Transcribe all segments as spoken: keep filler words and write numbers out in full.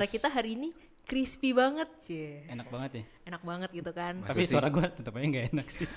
suara kita hari ini crispy banget, cie. Enak banget ya. Enak banget gitu kan. Tapi sih? suara gue tetap aja nggak enak sih.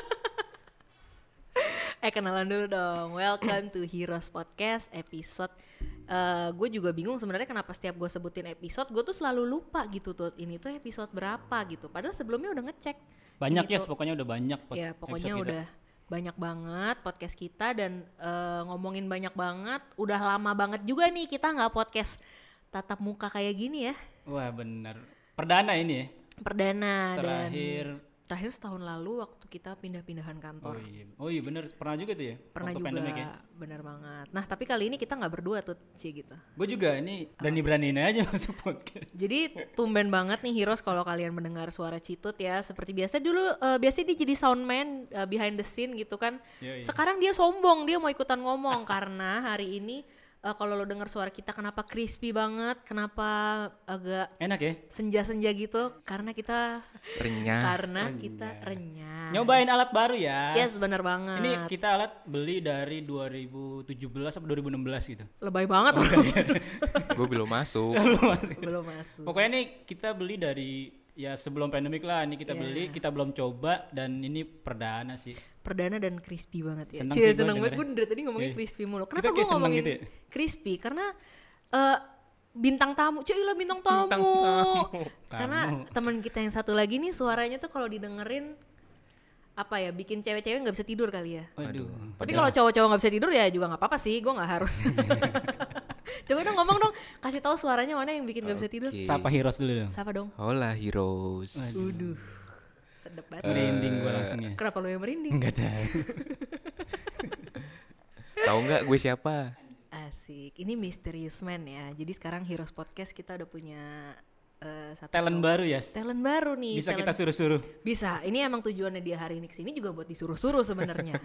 Eh kenalan dulu dong. Welcome to Heroes Podcast episode. Uh, gue juga bingung sebenarnya kenapa setiap gue sebutin episode, gue tuh selalu lupa gitu tuh. Ini tuh episode berapa gitu. Padahal sebelumnya udah ngecek. Banyak ya, yes, pokoknya udah banyak. Pod- ya pokoknya episode udah kita. Banyak banget podcast kita dan uh, ngomongin banyak banget. Udah lama banget juga nih kita nggak podcast tatap muka kayak gini ya. Wah benar. Perdana ini ya. Perdana. Terakhir. Dan terakhir setahun lalu waktu kita pindah-pindahan kantor. Oh iya, oh iya bener, pernah juga tuh ya? Pernah waktu juga, pandemik ya? bener banget. Nah tapi kali ini kita gak berdua tuh, Cie gitu. Gue juga, ini berani-beraniin aja masuk podcast. Jadi tumben banget nih Heroes kalau kalian mendengar suara Citut ya. Seperti biasa dulu, uh, biasanya dia jadi soundman uh, behind the scene gitu kan. Iya, iya. Sekarang dia sombong, dia mau ikutan ngomong karena hari ini Uh, kalau lo dengar suara kita kenapa crispy banget, kenapa agak Enak ya? senja-senja gitu, karena kita Renyah. karena kita renyah. Nyobain alat baru ya. Yes, bener banget. Ini kita alat beli dari dua ribu tujuh belas atau dua ribu enam belas gitu. Lebay banget. Oh, Gue belum masuk. belum masuk. Pokoknya nih kita beli dari ya sebelum pandemik lah, ini kita Yeah. beli, kita belum coba dan ini perdana sih. Perdana dan crispy banget ya. Seneng Cie, sih gua seneng banget. dengernya. Gue dari tadi ngomongin Iya. crispy mulu. Kita Kenapa gue kayak seneng ngomongin gitu ya? crispy? Karena uh, bintang tamu. Cuy lah bintang tamu. Bintang tamu. Karena teman kita yang satu lagi nih suaranya tuh kalau didengerin apa ya, bikin cewek-cewek nggak bisa tidur kali ya. Waduh. Tapi kalau cowok-cowok nggak bisa tidur ya juga nggak apa-apa sih. Gue nggak harus. Coba dong ngomong dong. Kasih tahu suaranya mana yang bikin nggak bisa tidur. Oke. Sapa Heroes dulu dong. Siapa dong? Hola Heroes. Uduh. Sedep banget. Merinding gue langsung ya. Kenapa lu yang merinding? Enggak tahu. Tahu nggak gue siapa? Asik, ini Mysterious Man ya. Jadi sekarang Heroes Podcast kita udah punya uh, satu Talent cowok. baru ya. Talent baru nih. Bisa talent. kita suruh-suruh. Bisa. Ini emang tujuannya dia hari ini kesini juga buat disuruh-suruh sebenarnya.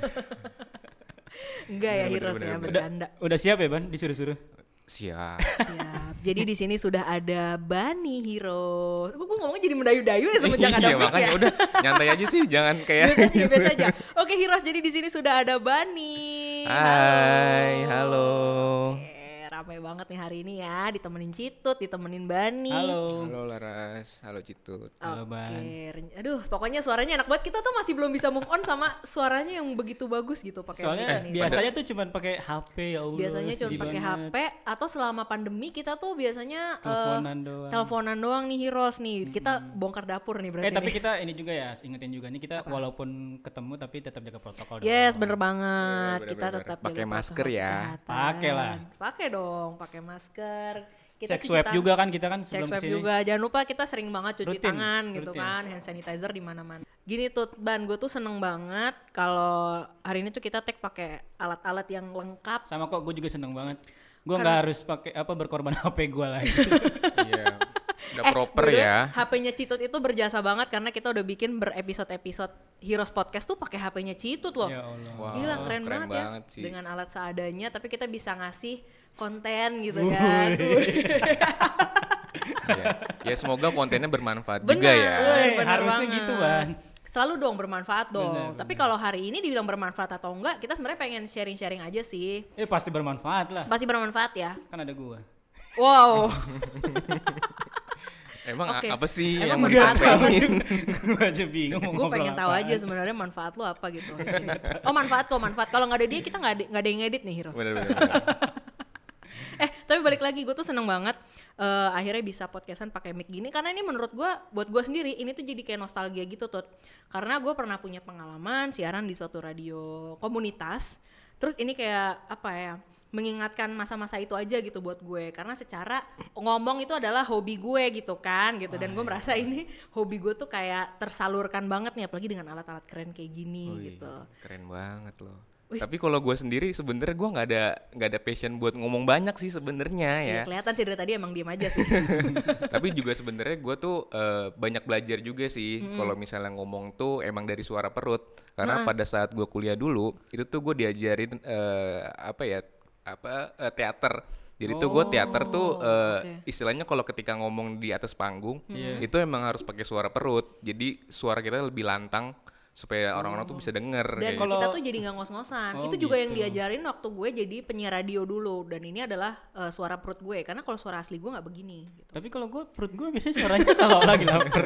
Enggak ya Bener, Heroes bener, ya, bener. bercanda. Udah siap ya Ban disuruh-suruh? Siap. Siap. Jadi di sini sudah ada Bani Heroes. Gue ngomongnya jadi mendayu-dayu ya semenjak ada Iya mic makanya ya. udah nyantai aja sih, jangan kayak. Biasa aja, biasa aja. Oke Heroes, jadi di sini sudah ada Bani. Hai, halo. Oke, ramai banget nih hari ini ya, ditemenin Citut, ditemenin Bani. Halo. Halo Laras, halo Citut. Halo, Ban. Oke, ren- aduh pokoknya suaranya enak banget. Kita tuh masih belum bisa move on sama suaranya yang begitu bagus gitu pakai Soalnya mic nih. biasanya tuh cuma pakai H P ya Allah. Biasanya cuma sedih pakai H banget. P atau selama pandemi kita tuh biasanya eh, Teleponan doang. teleponan doang nih Heroes nih. Kita bongkar dapur nih berarti. Eh tapi nih. kita ini juga ya, ingetin juga nih kita walaupun ketemu tapi tetap jaga protokol. Yes, dong. bener banget. Bener, kita bener, tetap bener. Pakai jaga masker protokol ya. kesehatan. Pakai lah. Pakai dong, pakai masker. Kita Cek cuci swab tangan. juga kan kita kan Cek sebelum swab kesini. juga. Jangan lupa kita sering banget cuci Rutin, tangan gitu rutin. kan, hand sanitizer di mana-mana. Gini tuh Ban, gue tuh seneng banget kalau hari ini tuh kita tag pakai alat-alat yang lengkap. Sama kok gue juga seneng banget. Gue Kan- nggak harus pakai apa berkorban H P gue lagi. Iya. Udah Eh, proper by the way, ya. H P-nya Citut itu berjasa banget karena kita udah bikin berepisode-episode Heroes Podcast tuh pakai H P-nya Citut loh. Ya Allah. Wow, Gila keren, banget, ya sih. dengan alat seadanya, tapi kita bisa ngasih konten gitu kan. ya. Ya semoga kontennya bermanfaat Benar. juga ya. Woi, benar harusnya banget. gitu, Ban. Selalu dong bermanfaat dong. Benar, Tapi benar. kalau hari ini dibilang bermanfaat atau enggak, kita sebenarnya pengen sharing-sharing aja sih. Eh pasti bermanfaat lah. Pasti bermanfaat ya. Kan ada gue. Wow. Emang a- Oke. apa sih Emang yang manfaat disampaikan? apa sih? Gue aja bingung mau Gue ngobrol pengen tahu apaan. aja sebenarnya manfaat lu apa gitu di sini. Oh manfaat kok manfaat. Kalau nggak ada dia kita nggak ada nggak ada yang ngedit nih Heroes. Bener-bener. Eh tapi balik lagi gue tuh seneng banget eh, akhirnya bisa podcastan pakai mic gini karena ini menurut gue buat gue sendiri ini tuh jadi kayak nostalgia gitu tuh karena gue pernah punya pengalaman siaran di suatu radio komunitas terus ini kayak apa ya mengingatkan masa-masa itu aja gitu buat gue karena secara ngomong itu adalah hobi gue gitu kan gitu dan gue merasa ini hobi gue tuh kayak tersalurkan banget nih apalagi dengan alat-alat keren kayak gini Wih, gitu. Keren banget loh. Wih. Tapi kalau gue sendiri sebenarnya gue nggak ada nggak ada passion buat ngomong banyak sih sebenarnya ya. Iya, kelihatan sih dari tadi emang diem aja sih. Tapi juga sebenarnya gue tuh eh, banyak belajar juga sih kalau misalnya ngomong tuh emang dari suara perut. Karena pada saat gue kuliah dulu itu tuh gue diajarin eh, apa ya apa eh, teater. Jadi tuh gue teater tuh eh, oke. istilahnya kalau ketika ngomong di atas panggung Iya. itu emang harus pakai suara perut. Jadi suara kita lebih lantang supaya orang-orang tuh bisa denger. Dan kayak kalau- kita tuh jadi nggak ngos-ngosan. Oh, Itu juga yang gitu. diajarin waktu gue jadi penyiar radio dulu. Dan ini adalah uh, suara perut gue. Karena kalau suara asli gue nggak begini. Gitu. Tapi kalau gue perut gue biasanya suaranya kalau lagi lapar.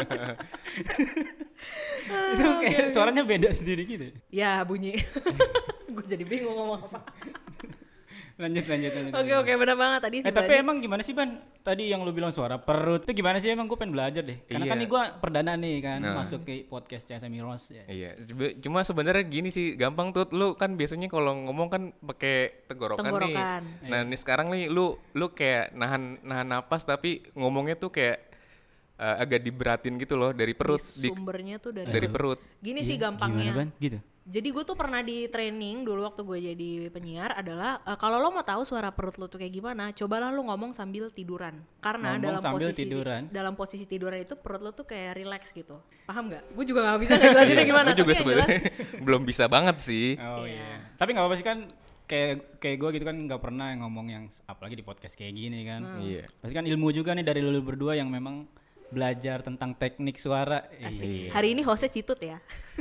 Itu kayak suaranya beda sendiri gitu. Ya bunyi. Gue jadi bingung ngomong apa. Lanjut lanjut lanjut. Oke oke benar banget tadi sih. Eh tapi Bani. emang gimana sih Ban? Tadi yang lu bilang suara perut itu gimana sih, emang gue pengen belajar deh. Karena Iya. kan ini gue perdana nih kan Nah. masuk ke podcast C S M Heroes ya. Iya, coba- cuma sebenarnya gini sih, gampang tuh. Lu kan biasanya kalau ngomong kan pakai tenggorokan, Tenggorokan. nih. Nah, nih sekarang nih lu lu kayak nahan nahan napas tapi ngomongnya tuh kayak uh, agak diberatin gitu loh dari perut, Di di, sumbernya tuh dari, dari perut. Gini sih Iya, gampangnya. Gimana Ban? Gitu. Jadi gue tuh pernah di training dulu waktu gue jadi penyiar adalah uh, kalau lo mau tahu suara perut lo tuh kayak gimana, cobalah lo ngomong sambil tiduran. Karena Ngomong dalam sambil posisi tiduran. dalam posisi tiduran itu perut lo tuh kayak relax gitu. Paham nggak? Gue juga nggak bisa ngejelasinnya gimana. Gue juga tapi yang jelas- sebenarnya belum bisa banget sih. Oh Iya. iya. Tapi nggak apa-apa sih kan, kayak kayak gue gitu kan nggak pernah ngomong yang apalagi di podcast kayak gini kan. Iya. Pasti kan ilmu juga nih dari lu berdua yang memang belajar tentang teknik suara. Asik. Iya. Hari ini hostnya Citut ya.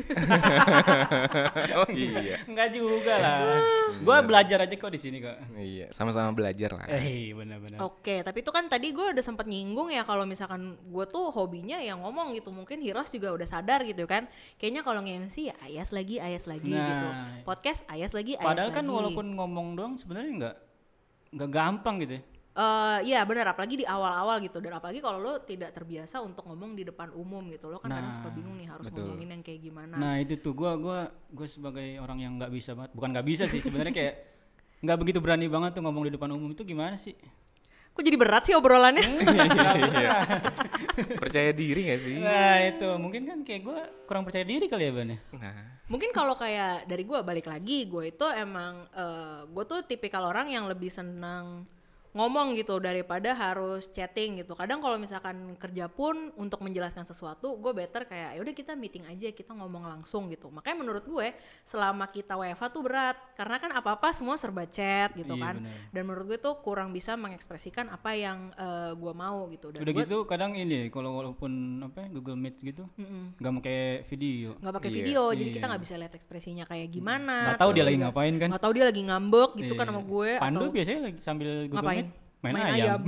Oh iya. Enggak juga lah. Gue belajar aja kok di sini kok. Iya, sama-sama belajar lah. Eh benar-benar. Oke, tapi itu kan tadi gue udah sempat nyinggung ya kalau misalkan gue tuh hobinya yang ngomong gitu. Mungkin Heroes juga udah sadar gitu kan. Kayaknya kalau nge-M C ya ayas lagi, ayas lagi Nah. gitu. Podcast ayas lagi, ayas Padahal lagi. kan walaupun ngomong doang sebenarnya nggak nggak gampang gitu ya. Eh iya benar, apalagi di awal-awal gitu. Dan apalagi kalau lo tidak terbiasa untuk ngomong di depan umum gitu. Lo kan kadang Nah, suka bingung nih harus betul. ngomongin yang kayak gimana. Nah itu tuh gue gua gue sebagai orang yang nggak bisa banget, bukan nggak bisa sih sebenarnya, kayak nggak begitu berani banget tuh ngomong di depan umum. Itu gimana sih? Kok jadi berat sih obrolannya? Iya. Percaya diri gak sih? Nah itu mungkin kan kayak gue kurang percaya diri kali ya Ban ya. Nah, Mungkin kalau kayak dari gue balik lagi, gue itu emang eh, gue tuh tipikal orang yang lebih senang ngomong gitu daripada harus chatting gitu. Kadang kalau misalkan kerja pun untuk menjelaskan sesuatu, gue better kayak ya udah kita meeting aja, kita ngomong langsung gitu. Makanya menurut gue selama kita W F H tuh berat karena kan apa-apa semua serba chat gitu Iya, kan. bener. Dan menurut gue tuh kurang bisa mengekspresikan apa yang eh, gue mau gitu. Dan Udah gue gitu kadang ini kalau walaupun apa ya, Google Meet gitu nggak pakai video. nggak pakai Iya. video, jadi Iya. kita nggak bisa lihat ekspresinya kayak gimana. Nggak tahu dia Terus lagi juga ngapain kan. nggak tahu dia lagi ngambek gitu kan Iya. sama gue. Pandu atau biasanya lagi sambil Google ngapain? Meet main, ayam.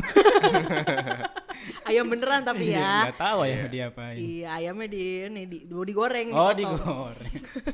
Ayam beneran tapi Iya, ya. nggak tahu ya dia apain. Iya, ayamnya di ini di, di digoreng, Oh dipotong. digoreng.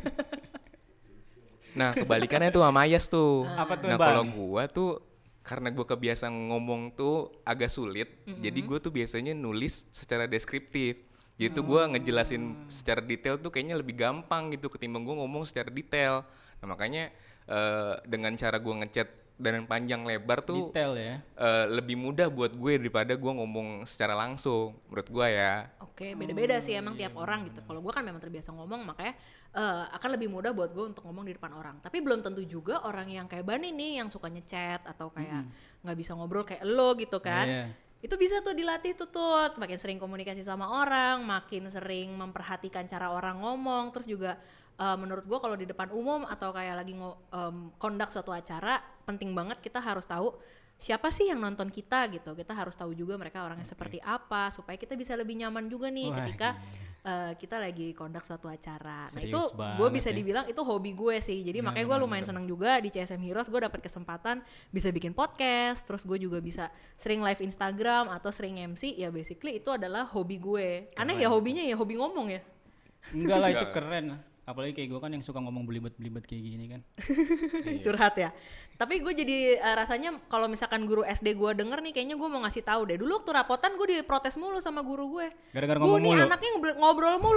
nah kebalikannya tuh sama Ayas tuh. Apa tuh, Nah Bang? kalau gua tuh karena gua kebiasaan ngomong tuh agak sulit, jadi gua tuh biasanya nulis secara deskriptif. Jadi tuh gua ngejelasin secara detail tuh kayaknya lebih gampang gitu ketimbang gua ngomong secara detail. Nah makanya eh, dengan cara gua ngechat dan panjang lebar tuh Detail ya. eh, lebih mudah buat gue daripada gua ngomong secara langsung menurut gua ya. Oke, beda-beda sih emang tiap orang gitu. Kalau gue kan memang terbiasa ngomong, makanya eh, akan lebih mudah buat gue untuk ngomong di depan orang. Tapi belum tentu juga orang yang kayak Bani nih yang suka ngechat atau kayak nggak bisa ngobrol kayak lo gitu kan. Iya. Itu bisa tuh dilatih tuh tuh, makin sering komunikasi sama orang, makin sering memperhatikan cara orang ngomong, terus juga uh, menurut gue kalau di depan umum atau kayak lagi ngo- um, conduct suatu acara, penting banget kita harus tahu siapa sih yang nonton kita gitu. Kita harus tahu juga mereka orangnya seperti apa supaya kita bisa lebih nyaman juga nih Wah, ketika uh, kita lagi conduct suatu acara. Nah Serius itu gue banget bisa ya. dibilang itu hobi gue sih. Jadi Benar, makanya gue benar, lumayan benar. senang juga di C S M Heroes gue dapat kesempatan bisa bikin podcast, terus gue juga bisa sering live Instagram atau sering M C. Ya basically itu adalah hobi gue. Aneh ya hobinya ya hobi ngomong ya. Enggak lah itu Enggak. keren lah. Apalagi kayak gue kan yang suka ngomong belibet-belibet kayak gini kan. Curhat ya. Tapi gue jadi uh, rasanya kalau misalkan guru S D gue denger nih kayaknya gue mau ngasih tahu deh. Dulu waktu rapotan gue diprotes mulu sama guru gue. Gara-gara Bu ngomong nih mulu. anaknya ngobrol, ngobrol mulu.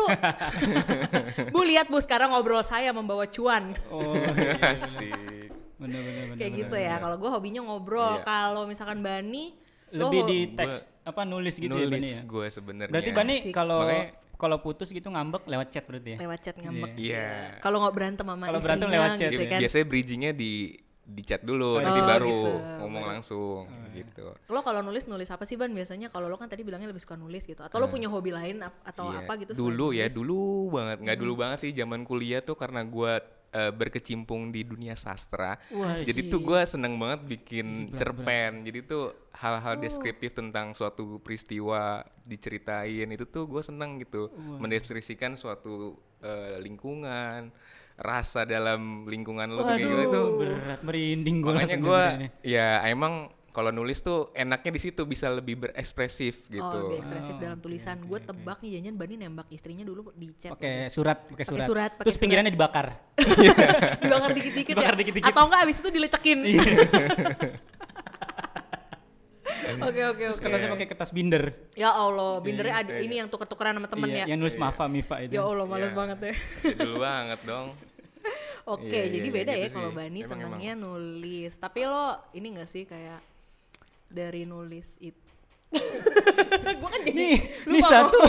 Bu lihat bu sekarang ngobrol saya membawa cuan. Oh Asik. bener bener bener. Kayak bener, gitu bener. ya. Kalau gue hobinya ngobrol. Iya. Kalau misalkan Bani lo Lebih ho- di teks apa nulis gitu ya Bani Nulis ya. gue sebenarnya. Berarti Bani Asik. kalau Makanya- kalau putus gitu ngambek lewat chat berarti ya. lewat chat ngambek. Iya. Kalau nggak berantem sama Kalau istrinya berantem lewat chat, gitu Iya, kan. biasanya bridgingnya di di chat Oh, dulu, nanti oh, baru gitu. ngomong langsung gitu. Lo kalau nulis nulis apa sih Ban biasanya? Kalau lo kan tadi bilangnya lebih suka nulis gitu. Atau lo punya hobi lain ap- atau Iya, apa gitu? selain dulu ya, nulis? dulu banget, nggak dulu banget sih zaman kuliah tuh karena gua uh, berkecimpung di dunia sastra. Wah, Jadi sih. tuh gue seneng banget bikin Berat, cerpen. Jadi tuh hal-hal Oh. deskriptif tentang suatu peristiwa diceritain itu tuh gue seneng gitu, mendeskripsikan suatu uh, lingkungan, rasa dalam lingkungan lo tuh kayak gitu tuh. berat merinding gue. Makanya gue ya emang kalau nulis tuh enaknya di situ bisa lebih berekspresif gitu. Oh, lebih ekspresif Oh, dalam oke, tulisan. oke, Gue oke. tebak nih jangan Bani nembak istrinya dulu di chat. pakai surat, pakai Pakai surat. surat, pakai Terus surat. pinggirannya dibakar. Dibakar dikit-dikit ya. Dibakar dikit-dikit. Iya. Atau enggak abis itu dilecekin. Oke oke Terus oke. kertasnya pakai kertas binder. Ya Allah, bindernya Iya, ada iya. ini yang tuker-tukeran sama temen Iya, ya. yang nulis Mafa Mifa itu. Ya Allah, males Iya. banget ya. Jadul banget dong. Oke, Iya, iya, jadi iya, beda gitu ya kalau sih. Bani Emang, senangnya nulis. Tapi lo ini gak sih kayak dari nulis itu? Gue kan jadi Nih, lupa nih mau- satu.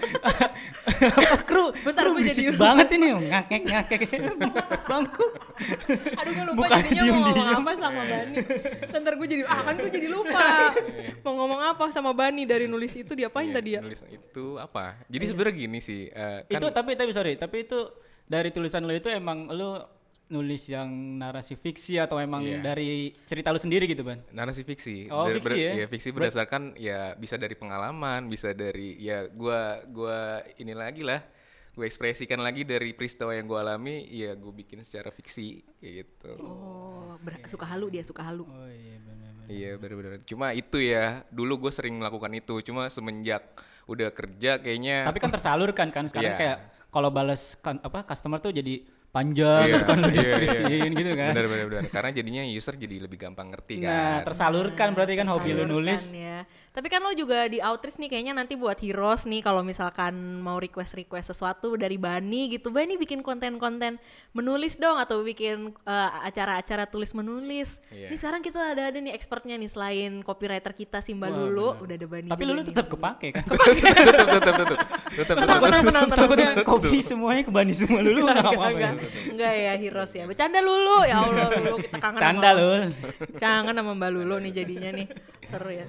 Apa kru? Bentar, kru gua jadi berisik lupa. banget ini, ngakek ngakek bangku. Aduh gue lupa Bukan jadinya mau ngomong diem-diem. apa sama Bani. Ntar gue jadi, ah kan gue jadi lupa. Mau ngomong apa sama Bani dari nulis itu diapain Iya, tadi ya? nulis itu apa? Jadi sebenarnya gini sih, eh, kan Itu tapi tapi sorry, tapi itu dari tulisan lo itu emang lo nulis yang narasi fiksi atau emang Iya. dari cerita lo sendiri gitu, Ban? narasi fiksi. Oh, Ber- fiksi ber- ya? Iya, fiksi berdasarkan ya bisa dari pengalaman, bisa dari ya gua gua ini lagi lah. Gue ekspresikan lagi dari peristiwa yang gue alami, ya gue bikin secara fiksi kayak gitu. Oh, ber- suka halu dia, suka halu. Oh iya benar-benar. Iya benar-benar. Cuma itu ya, dulu gue sering melakukan itu. Cuma semenjak udah kerja kayaknya. Tapi kan tersalurkan kan sekarang Iya. kayak kalau balas kan apa customer tuh jadi panjang Iya, gitu kan lo iya, deskripsiin gitu kan. Benar benar benar. Karena jadinya user jadi lebih gampang ngerti Nah, kan. tersalurkan berarti kan hobi lo Tersalurkan nulis. ya. Tapi kan lo juga di Outreach nih kayaknya nanti buat Heroes nih kalau misalkan mau request-request sesuatu dari Bani gitu. Bani bikin konten-konten menulis dong atau bikin uh, acara-acara tulis menulis. Iya. Ini sekarang kita ada ada nih expertnya nih selain copywriter kita Simba Wah, Lulu, benar. udah ada Bani. Tapi juga lu nih. tetap kepake kan. Tetap tetap tetap tetap. Tetap Tenang, tenang, tenang, tenang, Takutnya tenang. kopi semuanya ke Bani semua dulu nggak Enggak, apa-apa. enggak, enggak ya Heroes ya. Bercanda Lulu, ya Allah Lulu kita kangen Canda sama lu. Kangen sama Mbak Lulu nih jadinya nih. Seru ya.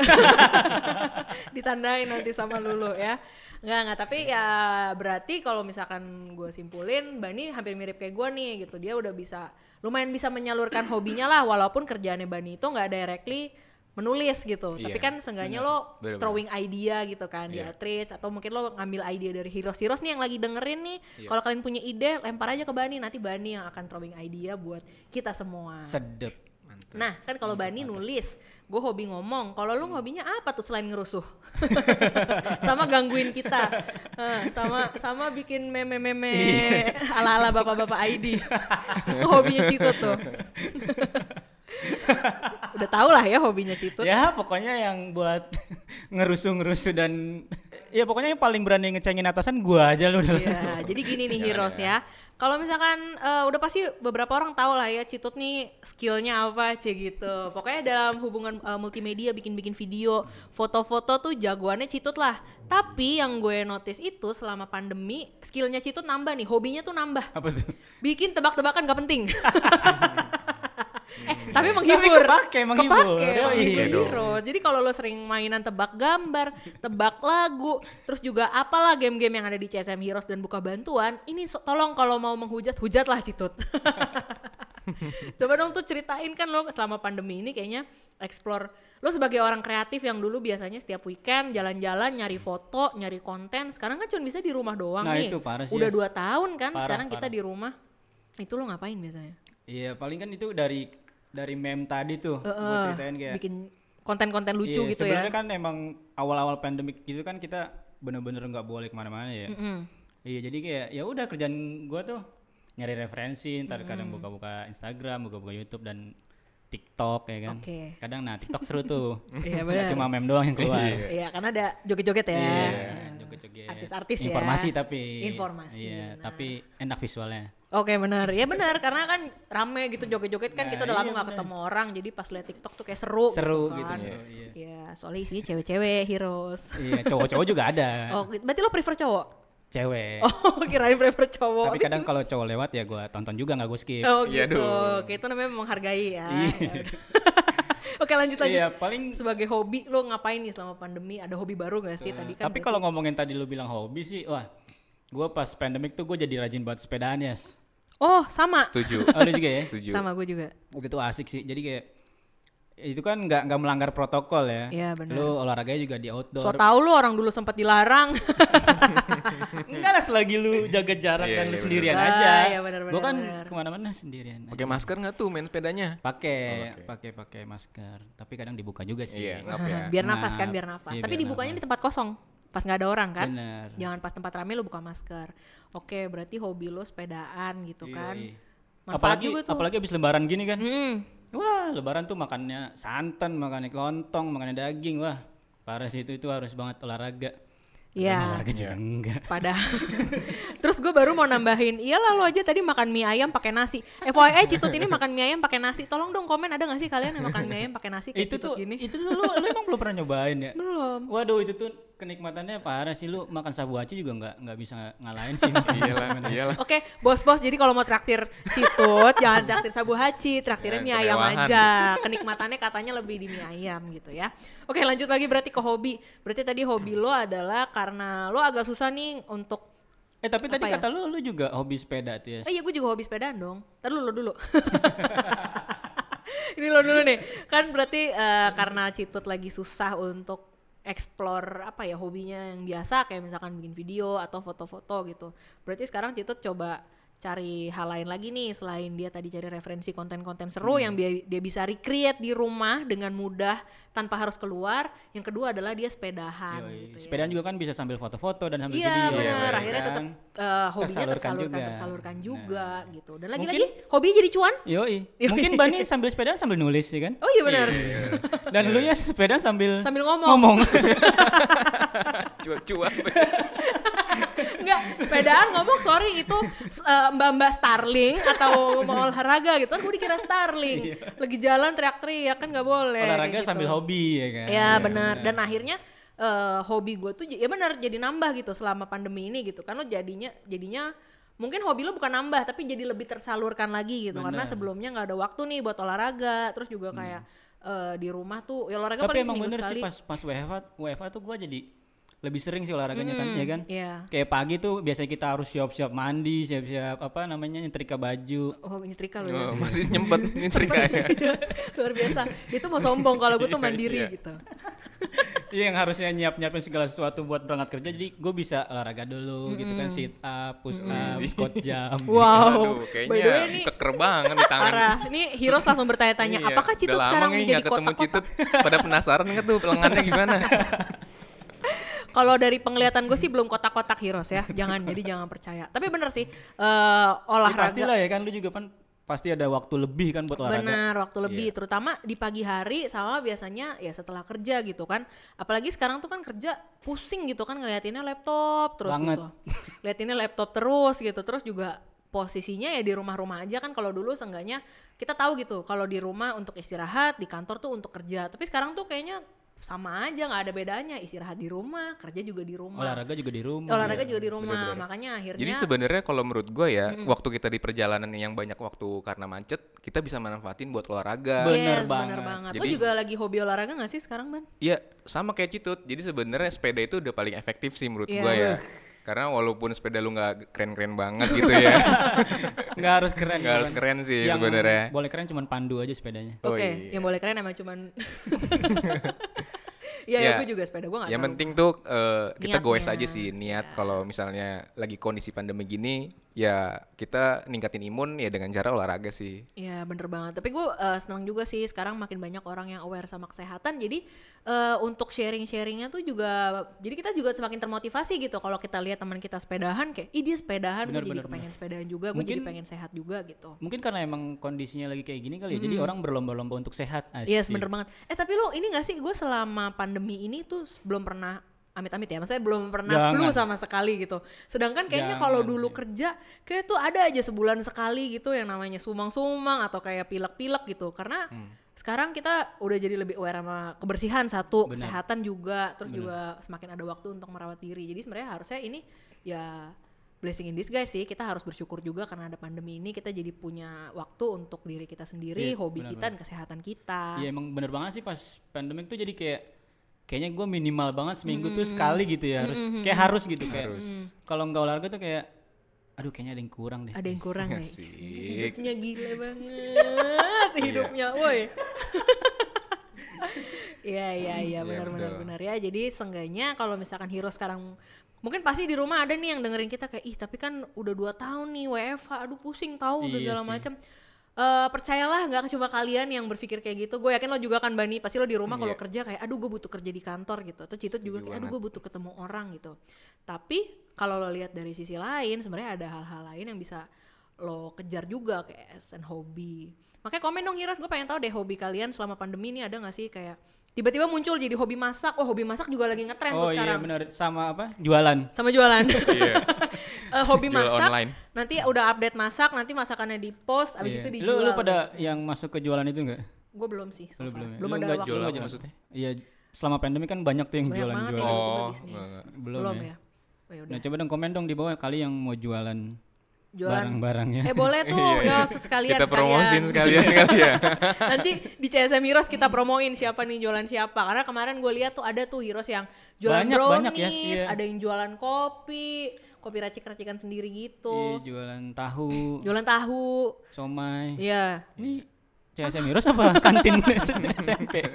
Ditandain nanti sama Lulu ya. Enggak, enggak, tapi ya berarti kalau misalkan gue simpulin Bani hampir mirip kayak gue nih gitu. Dia udah bisa lumayan bisa menyalurkan hobinya lah walaupun kerjaannya Bani itu enggak directly menulis gitu. Iya, Tapi kan seenggaknya lo bener-bener. throwing idea gitu kan di Iya. Outreach atau mungkin lo ngambil idea dari Heroes-Heroes nih yang lagi dengerin nih. Iya. Kalau kalian punya ide lempar aja ke Bani, nanti Bani yang akan throwing idea buat kita semua. Sedep. Nah kan kalau Bani nulis, gue hobi ngomong. Kalau lu hobinya apa tuh selain ngerusuh? Sama gangguin kita, Hah, sama sama bikin meme-meme ala-ala bapak-bapak I D. Itu hobinya Cito tuh. Udah tau lah ya hobinya Cito. Ya pokoknya yang buat ngerusuh-ngerusuh dan ya pokoknya yang paling berani ngecengin atasan gua aja lu udah. Iya, jadi gini nih Heroes ya. Kalau misalkan eh, udah pasti beberapa orang tahu lah ya Citut nih skillnya apa cie gitu. Pokoknya dalam hubungan eh, multimedia bikin-bikin video, foto-foto tuh jagoannya Citut lah. Tapi yang gue notice itu selama pandemi skillnya Citut nambah nih, hobinya tuh nambah. Apa tuh? Bikin tebak-tebakan gak penting. eh tapi menghibur. kepake, menghibur. Kepake, Yoi. menghibur Iya dong. Heroes. Jadi kalau lo sering mainan tebak gambar, tebak lagu, terus juga apalah game-game yang ada di C S M Heroes dan buka bantuan, ini so- tolong kalau mau menghujat, hujatlah Citut. Coba dong tuh ceritain kan lo selama pandemi ini kayaknya explore. Lo sebagai orang kreatif yang dulu biasanya setiap weekend jalan-jalan nyari foto, nyari konten, sekarang kan cuma bisa di rumah doang Nah, nih. itu parah sih, Udah Yas. dua tahun kan Parah, sekarang kita parah. di rumah. Itu lo ngapain biasanya? Iya paling kan itu dari dari meme tadi tuh gua Heeh, ceritain kayak. bikin konten-konten lucu Iya, gitu sebenarnya ya. kan emang awal-awal pandemik gitu kan kita bener-bener nggak boleh kemana-mana ya. Mm-mm. Iya jadi kayak ya udah kerjaan gua tuh nyari referensi, ntar kadang buka-buka Instagram, buka-buka YouTube dan TikTok ya kan. Oke. Kadang nah TikTok seru tuh. Iya, Nggak benar. cuma meme doang yang keluar. Iya, karena ada joget-joget ya. Iya, joget-joget. Artis-artis ya. Informasi tapi. Informasi, Iya, nah. tapi enak visualnya. Oke benar, ya benar karena kan rame gitu joget-joget kan Nah, kita udah lama iya, nggak benar. ketemu orang jadi pas liat TikTok tuh kayak seru. Seru gitu gitu. kan. seru, iya. Iya, soalnya isinya cewek-cewek Heroes. Iya, cowok-cowok juga ada. Oh, gitu. Berarti lo prefer cowok? Cewek. Oh, kirain prefer cowok. Tapi kadang kalau cowok lewat ya gua tonton juga nggak gue skip. Oh Iya gitu, dong. oke itu namanya menghargai ya. Iya. Ya udah. Oke lanjut lagi. Iya, paling Sebagai hobi lo ngapain nih selama pandemi? Ada hobi baru gak sih tadi kan? tapi berarti- kalau ngomongin tadi lu bilang hobi sih, wah, gua pas pandemic tuh gue jadi rajin buat sepedaan ya. Oh sama. Setuju. Oh, lu juga ya? Setuju. Sama gue juga. Waktu itu asik sih. Jadi kayak itu kan nggak nggak melanggar protokol ya. Iya, benar. Lu olahraganya juga di So outdoor. tau lu orang dulu sempat dilarang. Enggak lah, selagi lu jaga jarak Iya, dan lu iya, sendirian bener. aja. Ah, iya, bener, Gua bener, kan bener. kemana-mana sendirian. aja. Pakai masker nggak tuh main sepedanya? Pakai, Oh, pakai. pakai pakai masker. Tapi kadang dibuka juga sih. Iya, ngap ya. Biar nafas kan, Ngap. biar nafas. Iya, Tapi biar dibukanya nafas. di tempat kosong. Pas nggak ada orang kan. Bener. Jangan pas tempat rame lu buka masker. Oke, berarti hobi lu sepedaan gitu Iya, kan. iya. Manfaat Apalagi juga tuh. apalagi habis lebaran gini kan. Mm. Wah, lebaran tuh makannya santan, makannya kelontong, makannya daging. Wah, parah sih itu itu harus banget olahraga. Iya. Olahraga juga enggak. Padahal terus gue baru mau nambahin, iyalah lo aja tadi makan mie ayam pakai nasi. F Y I Citut ini makan mie ayam pakai nasi. Tolong dong komen, ada gak sih kalian yang makan mie ayam pakai nasi kayak Itu Citut tuh gini? itu tuh lu, lu emang belum pernah nyobain ya? Belum. Waduh, itu tuh kenikmatannya parah sih. Lu makan sabu aci juga nggak nggak bisa ngalahin sih. Iyalah, iyalah. Oke, bos-bos, jadi kalau mau traktir Citut, jangan traktir sabu haci, traktirnya mie Jangan ayam kemewahan. aja. Kenikmatannya katanya lebih di mie ayam gitu ya. Oke, lanjut lagi berarti ke hobi. Berarti tadi hobi lo adalah karena lo agak susah nih untuk Eh tapi tadi Apa ya? kata lu lu juga hobi sepeda tuh ya. Eh iya gue juga hobi sepedaan dong. Ntar dulu, lo dulu. Ini lo dulu nih. Kan berarti eh, karena Citut lagi susah untuk explore apa ya hobinya yang biasa kayak misalkan bikin video atau foto-foto gitu. Berarti sekarang Citut coba cari hal lain lagi nih selain dia tadi cari referensi konten-konten seru yang dia, dia bisa recreate di rumah dengan mudah tanpa harus keluar. Yang kedua adalah dia sepedahan Yoi. gitu ya. Sepedaan juga kan bisa sambil foto-foto dan sambil Iya video. benar, ya akhirnya kan? tetap eh, hobinya Tersalurkan tersalurkan, juga. tersalurkan juga gitu. Dan Mungkin- lagi-lagi hobinya jadi cuan. Yoi. Mungkin Bani sambil sepedaan sambil nulis sih kan? Oh iya benar. Dan lu ya sepedaan sambil Sambil ngomong. ngomong. Cuan-cuan. Enggak, sepedaan ngomong sorry itu uh, mbak-mbak Starling atau mau olahraga gitu kan gue dikira Starling. Lagi jalan teriak-teriak kan nggak boleh. Olahraga kayak gitu. sambil hobi ya kan? Ya benar. Dan akhirnya uh, hobi gue tuh j- ya benar jadi nambah gitu selama pandemi ini gitu kan lo jadinya jadinya mungkin hobi lo bukan nambah tapi jadi lebih tersalurkan lagi gitu karena Benar. sebelumnya nggak ada waktu nih buat olahraga terus juga kayak uh, di rumah tuh ya olahraga Tapi paling emang seminggu bener sekali. sih pas pas W F H W F H tuh gue jadi lebih sering sih olahraganya kan, ya kan? Iya. Kayak pagi tuh biasanya kita harus siap-siap mandi, siap-siap apa namanya nyetrika baju. Oh nyetrika lo ya. Oh, masih nyempet nyetrikanya. Luar biasa. Itu mau sombong kalau gue tuh mandiri Iya. gitu. Iya yang harusnya nyiap-nyiapin segala sesuatu buat berangkat kerja, jadi gue bisa olahraga dulu gitu kan, sit up, push up, squat jump. Wow. Aduh, By the way kayaknya nih keker banget di tangan. parah. Ini Heroes langsung bertanya-tanya, Iya, apakah Citut udah lama sekarang nih menjadi nggak ketemu kotak-kotak? Citut. Pada penasaran nggak tuh lengannya gimana? Kalau dari penglihatan gue sih belum kotak-kotak Heroes ya. Jangan, jadi jangan percaya. Tapi bener sih, eh, Ya, olahraga. pastilah ya kan, lu juga kan pasti ada waktu lebih kan buat olahraga. Benar, waktu lebih. Iya. Terutama di pagi hari sama biasanya ya setelah kerja gitu kan. Apalagi sekarang tuh kan kerja pusing gitu kan ngeliatinnya laptop terus Banget. gitu. Liatinnya laptop terus gitu. Terus juga posisinya ya di rumah-rumah aja kan. Kalau dulu seenggaknya kita tahu gitu kalau di rumah untuk istirahat, di kantor tuh untuk kerja. Tapi sekarang tuh kayaknya sama aja, nggak ada bedanya, istirahat di rumah, kerja juga di rumah, Olahraga juga di rumah. olahraga juga di rumah. bener-bener. Makanya akhirnya Jadi sebenarnya kalau menurut gue ya, waktu kita di perjalanan yang banyak waktu karena macet, kita bisa manfaatin buat olahraga. Bener yes, bener banget. banget. Lo Jadi- juga lagi hobi olahraga nggak sih sekarang, Ban? Iya, sama kayak Citut. Jadi sebenarnya sepeda itu udah paling efektif sih menurut Iya. gue ya. Karena walaupun sepeda lu nggak keren-keren banget gitu ya, Nggak harus keren. nggak harus kan. keren sih Yang sebenarnya. boleh keren cuman pandu aja sepedanya. Oh, Oke, iya. yang boleh keren emang cuman Iya, Ya, ya, gue juga sepeda gue gak Yang tahu. penting tuh eh, kita goes Niatnya. aja sih niat Ya. kalau misalnya lagi kondisi pandemi gini ya kita ningkatin imun ya dengan cara olahraga sih. Iya bener banget. Tapi gue uh, senang juga sih sekarang makin banyak orang yang aware sama kesehatan. Jadi uh, untuk sharing-sharingnya tuh juga, jadi kita juga semakin termotivasi gitu. Kalau kita lihat teman kita sepedahan kayak, ih dia sepedahan, gue Bener, jadi bener, kepengen sepedahan juga, gue jadi Mungkin- pengen sehat juga gitu. Mungkin karena emang kondisinya lagi kayak gini kali ya, jadi orang berlomba-lomba untuk sehat. Asik. Iya yes, bener banget. Eh tapi lo ini gak sih, gue selama pandemi ini tuh belum pernah amit-amit ya, maksudnya belum pernah Jangan. flu sama sekali gitu. Sedangkan kayaknya kalau Jangan dulu sih. kerja kayak tuh ada aja sebulan sekali gitu yang namanya sumang-sumang atau kayak pilek-pilek gitu. Karena sekarang kita udah jadi lebih aware sama kebersihan satu, Benar. kesehatan juga, terus juga semakin ada waktu untuk merawat diri. Jadi sebenarnya harusnya ini ya blessing in disguise sih. Kita harus bersyukur juga karena ada pandemi ini kita jadi punya waktu untuk diri kita sendiri, Iya, hobi benar, kita dan kesehatan kita. Iya emang bener banget sih pas pandemik tuh jadi kayak kayaknya gue minimal banget seminggu tuh sekali gitu ya, harus kayak harus gitu kayak kalau nggak olahraga tuh kayak aduh kayaknya ada yang kurang deh. Ada yang kurang ya. Asik. Hidupnya gila banget. Hidupnya, woi. Iya iya iya benar benar betul. benar ya. Jadi seenggaknya kalau misalkan Hero sekarang mungkin pasti di rumah ada nih yang dengerin kita kayak ih tapi kan udah dua tahun nih W F H, aduh pusing tahu Iya segala sih. macam. Eh percayalah nggak cuma kalian yang berpikir kayak gitu. Gue yakin lo juga kan Bani, pasti lo di rumah kalau Iya. kerja kayak aduh gue butuh kerja di kantor gitu. Atau Citut juga Setuju kayak aduh banget. gue butuh ketemu orang gitu. Tapi kalau lo lihat dari sisi lain sebenarnya ada hal-hal lain yang bisa lo kejar juga kayak as an hobi. Makanya komen dong Hiras, gue pengen tahu deh hobi kalian selama pandemi ini ada gak sih kayak tiba-tiba muncul jadi hobi masak. Oh hobi masak juga lagi ngetren Oh tuh iya sekarang. benar, sama apa? Jualan. Sama jualan. Iya. Eh, hobi Jual masak. online. Nanti udah update masak, nanti masakannya di post, abis Iya. itu Lu dijual. lu pada yang masuk ke jualan itu enggak? Gue belum sih so Lu far. belum ya? Belum Lu ada nggak waktu. jual apa jualan? maksudnya? Iya, selama pandemi kan banyak tuh yang Banyak banget jualan-jualan. yang tiba-tiba Oh, bisnis. enggak. Belum Belum ya? ya. Oh, ya udah. Nah, coba dong komen dong di bawah kali yang mau jualan Jualan. barang-barangnya. Eh boleh tuh, Iya, ya sekalian Kita promosin sekalian kali ya. Nanti di C S M Heroes kita promoin siapa nih jualan siapa. Karena kemarin gue lihat tuh ada tuh Heroes yang jualan Banyak, brownies, banyak ya, iya. ada yang jualan kopi, kopi racik-racikan sendiri Iya, gitu. jualan tahu, Jualan tahu. somai. Iya. Ini C S M Heroes apa kantin S M P?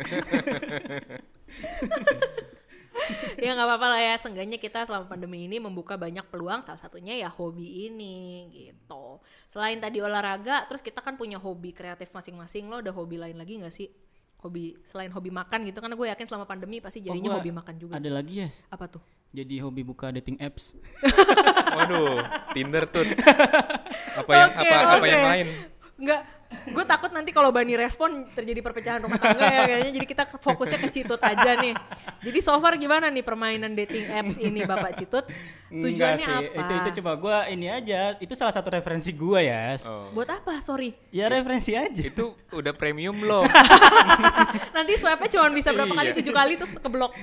Ya nggak apa-apa lah ya, seenggaknya kita selama pandemi ini membuka banyak peluang, salah satunya ya hobi ini gitu. Selain tadi olahraga, terus kita kan punya hobi kreatif masing-masing. Lo ada hobi lain lagi nggak sih? Hobi selain hobi makan gitu, karena gue yakin selama pandemi pasti jadinya gua hobi makan juga. Ada lagi ya? Yes. Apa tuh? Jadi hobi buka dating apps. Waduh, Tinder tuh. Apa yang Oke, apa apa oke. yang lain? Enggak, gue takut nanti kalau Bani respon terjadi perpecahan rumah tangga ya kayaknya. Jadi kita fokusnya ke Citut aja nih. Jadi so far gimana nih permainan dating apps ini Bapak Citut? Tujuannya Enggak sih, apa? Itu itu coba gua ini aja. Itu salah satu referensi gua ya. Yes. Oh. Buat apa? Sorry. Ya referensi aja. Itu udah premium belum? Nanti swipe-nya cuma bisa berapa kali? Iya. Tujuh kali terus keblok.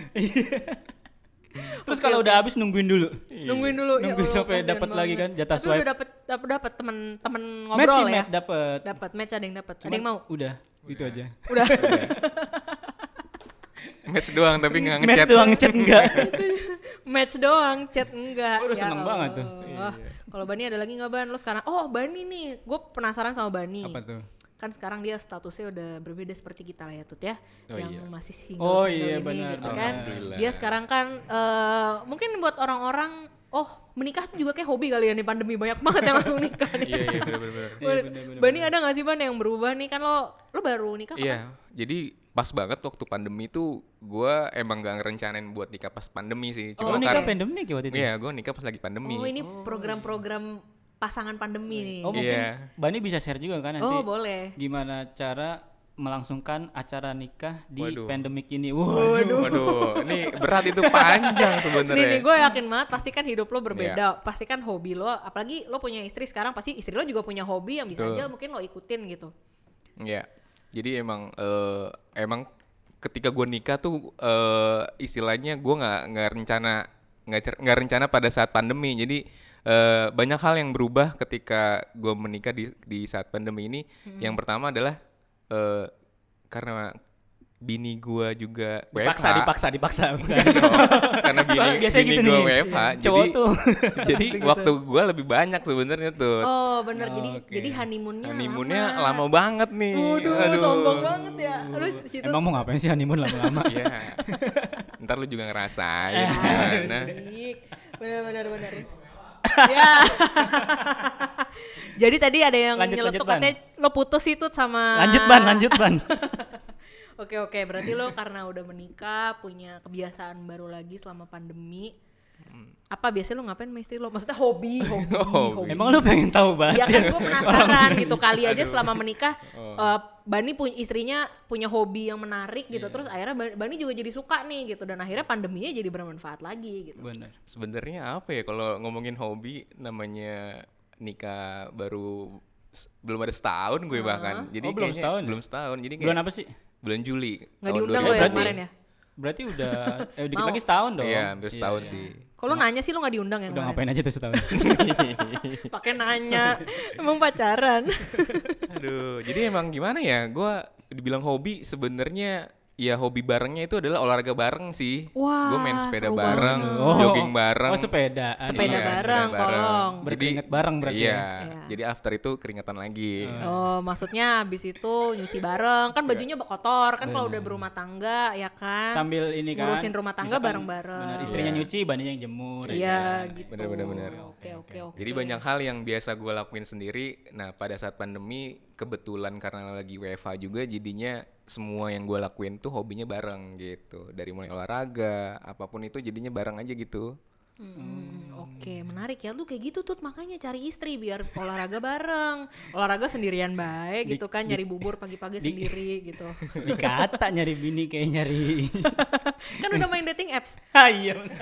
Terus Oke, kalau oke. udah habis nungguin dulu. Nungguin dulu. Nungguin Allah, sampai kasihan dapat lagi banget. kan jatah Tapi swipe. udah dapat dapat dapat temen-temen Match ngobrol sih ya. match dapet. Dapat match ada yang dapat. Ada Cuman yang mau? Udah, itu aja. Udah. Match doang tapi nggak Match ngechat. doang ngechat enggak. Match doang, chat enggak. Oh, udah seneng banget tuh. Allah. Kalau Bani ada lagi nggak Ban? Lo sekarang, oh Bani nih, gue penasaran sama Bani. Apa tuh? Kan sekarang dia statusnya udah berbeda seperti kita lah ya Tut ya, Oh, yang iya. masih single Oh, single iya, ini benar, gitu benar. kan. Alhamdulillah. Dia sekarang kan eh, mungkin buat orang-orang, oh menikah tuh juga kayak hobi kali ya nih, pandemi banyak banget yang langsung nikah nih. Iya iya benar-benar. Iya, bener-bener. Bani ada nggak sih Ban yang berubah nih, kan lo lo baru nikah kapan? Iya, jadi pas banget waktu pandemi tuh gue emang gak ngerencanain buat nikah pas pandemi sih. Oh, Cuma nikah karena- pandemi ya waktu itu. Iya, gue nikah pas lagi pandemi. Oh ini program-program pasangan pandemi nih. Oh, mungkin Iya. Bani bisa share juga kan nanti. Oh, boleh. Gimana cara melangsungkan acara nikah di Waduh. pandemik ini. Waduh. Waduh, ini berat itu panjang Nih sebenarnya. nih gue yakin banget pasti kan hidup lo Iya. berbeda, pasti kan hobi lo, apalagi lo punya istri sekarang, pasti istri lo juga punya hobi yang bisa Betul. aja mungkin lo ikutin gitu. Iya. Jadi emang eh, emang ketika gue nikah tuh eh, istilahnya gue nggak nggak rencana nggak cer- nggak rencana pada saat pandemi. Jadi eh, banyak hal yang berubah ketika gue menikah di di saat pandemi ini. Yang pertama adalah eh, karena bini gue juga W F H. Dipaksa, dipaksa, dipaksa. Enggak dong, karena bini, Soalnya biasanya bini gitu gue nih. W F H, Cowok jadi tuh. jadi waktu gue lebih banyak sebenarnya tuh. Oh bener, jadi Oke. jadi honeymoonnya Honeymoonnya lama. lama banget nih. Waduh, sombong banget ya. Lu situ. Emang mau ngapain sih honeymoon lama-lama? Iya. Ntar lu juga ngerasain Ya, gimana. asik. Bener bener bener. Ya. Jadi tadi ada yang Lanjut, nyeletuk lanjut, Ban. katanya lo putus itu sama. Lanjut ban, lanjut ban. Oke oke, berarti lo karena udah menikah, punya kebiasaan baru lagi selama pandemi. Apa biasanya lo ngapain sama istri lo? Maksudnya hobi, hobi, Hobi. hobi. Emang lu pengen tahu banget? Ya kan gue penasaran gitu, kali aja Aduh. selama menikah Oh. eh, Bani punya istrinya punya hobi yang menarik gitu, Iya. terus akhirnya Ba- Bani juga jadi suka nih gitu, dan akhirnya pandeminya jadi bermanfaat lagi gitu. Bener. Sebenarnya apa ya kalau ngomongin hobi namanya nikah baru s- belum ada setahun gue bahkan. Jadi Oh, belum kayaknya setahun ya? Belum setahun. Jadi kayak Bulan apa sih? bulan Juli. Nggak tahun diundang dua lo ribu ya berarti- kemarin ya? Berarti udah eh, dikit Mau. lagi setahun dong. Iya, hampir setahun Iya, sih. Kalau nanya sih lo nggak diundang yang Udah kemarin. ngapain aja tuh setahun? Pakai nanya, emang pacaran. Aduh, jadi emang gimana ya? Gue dibilang hobi sebenarnya ya hobi barengnya itu adalah olahraga bareng sih. Wah, Gue main sepeda seru bareng, banget. Oh. jogging bareng. Oh sepeda. Sepeda Iya, bareng, tolong. Berkeringat bareng berarti Iya, ya? Iya. jadi after itu keringetan lagi. Oh, maksudnya habis itu nyuci bareng. Kan bajunya kotor kan kalau udah berumah tangga ya kan. Sambil ini kan ngurusin rumah tangga misalkan, bareng-bareng. benar, istrinya Iya. nyuci, baninya yang jemur. ya Iya, kan? gitu. Bener, bener, bener. Oke, oke, oke. Jadi banyak hal yang biasa gue lakuin sendiri. Nah pada saat pandemi kebetulan karena lagi W F H juga jadinya semua yang gue lakuin tuh hobinya bareng gitu. Dari mulai olahraga apapun itu jadinya bareng aja gitu. Hmm, Oke, menarik ya. Lu kayak gitu tuh makanya cari istri biar olahraga bareng. Olahraga sendirian baik gitu kan, nyari bubur pagi-pagi sendiri gitu. Dikata nyari bini kayak nyari. Kan udah main dating apps. Ah, iya. benar.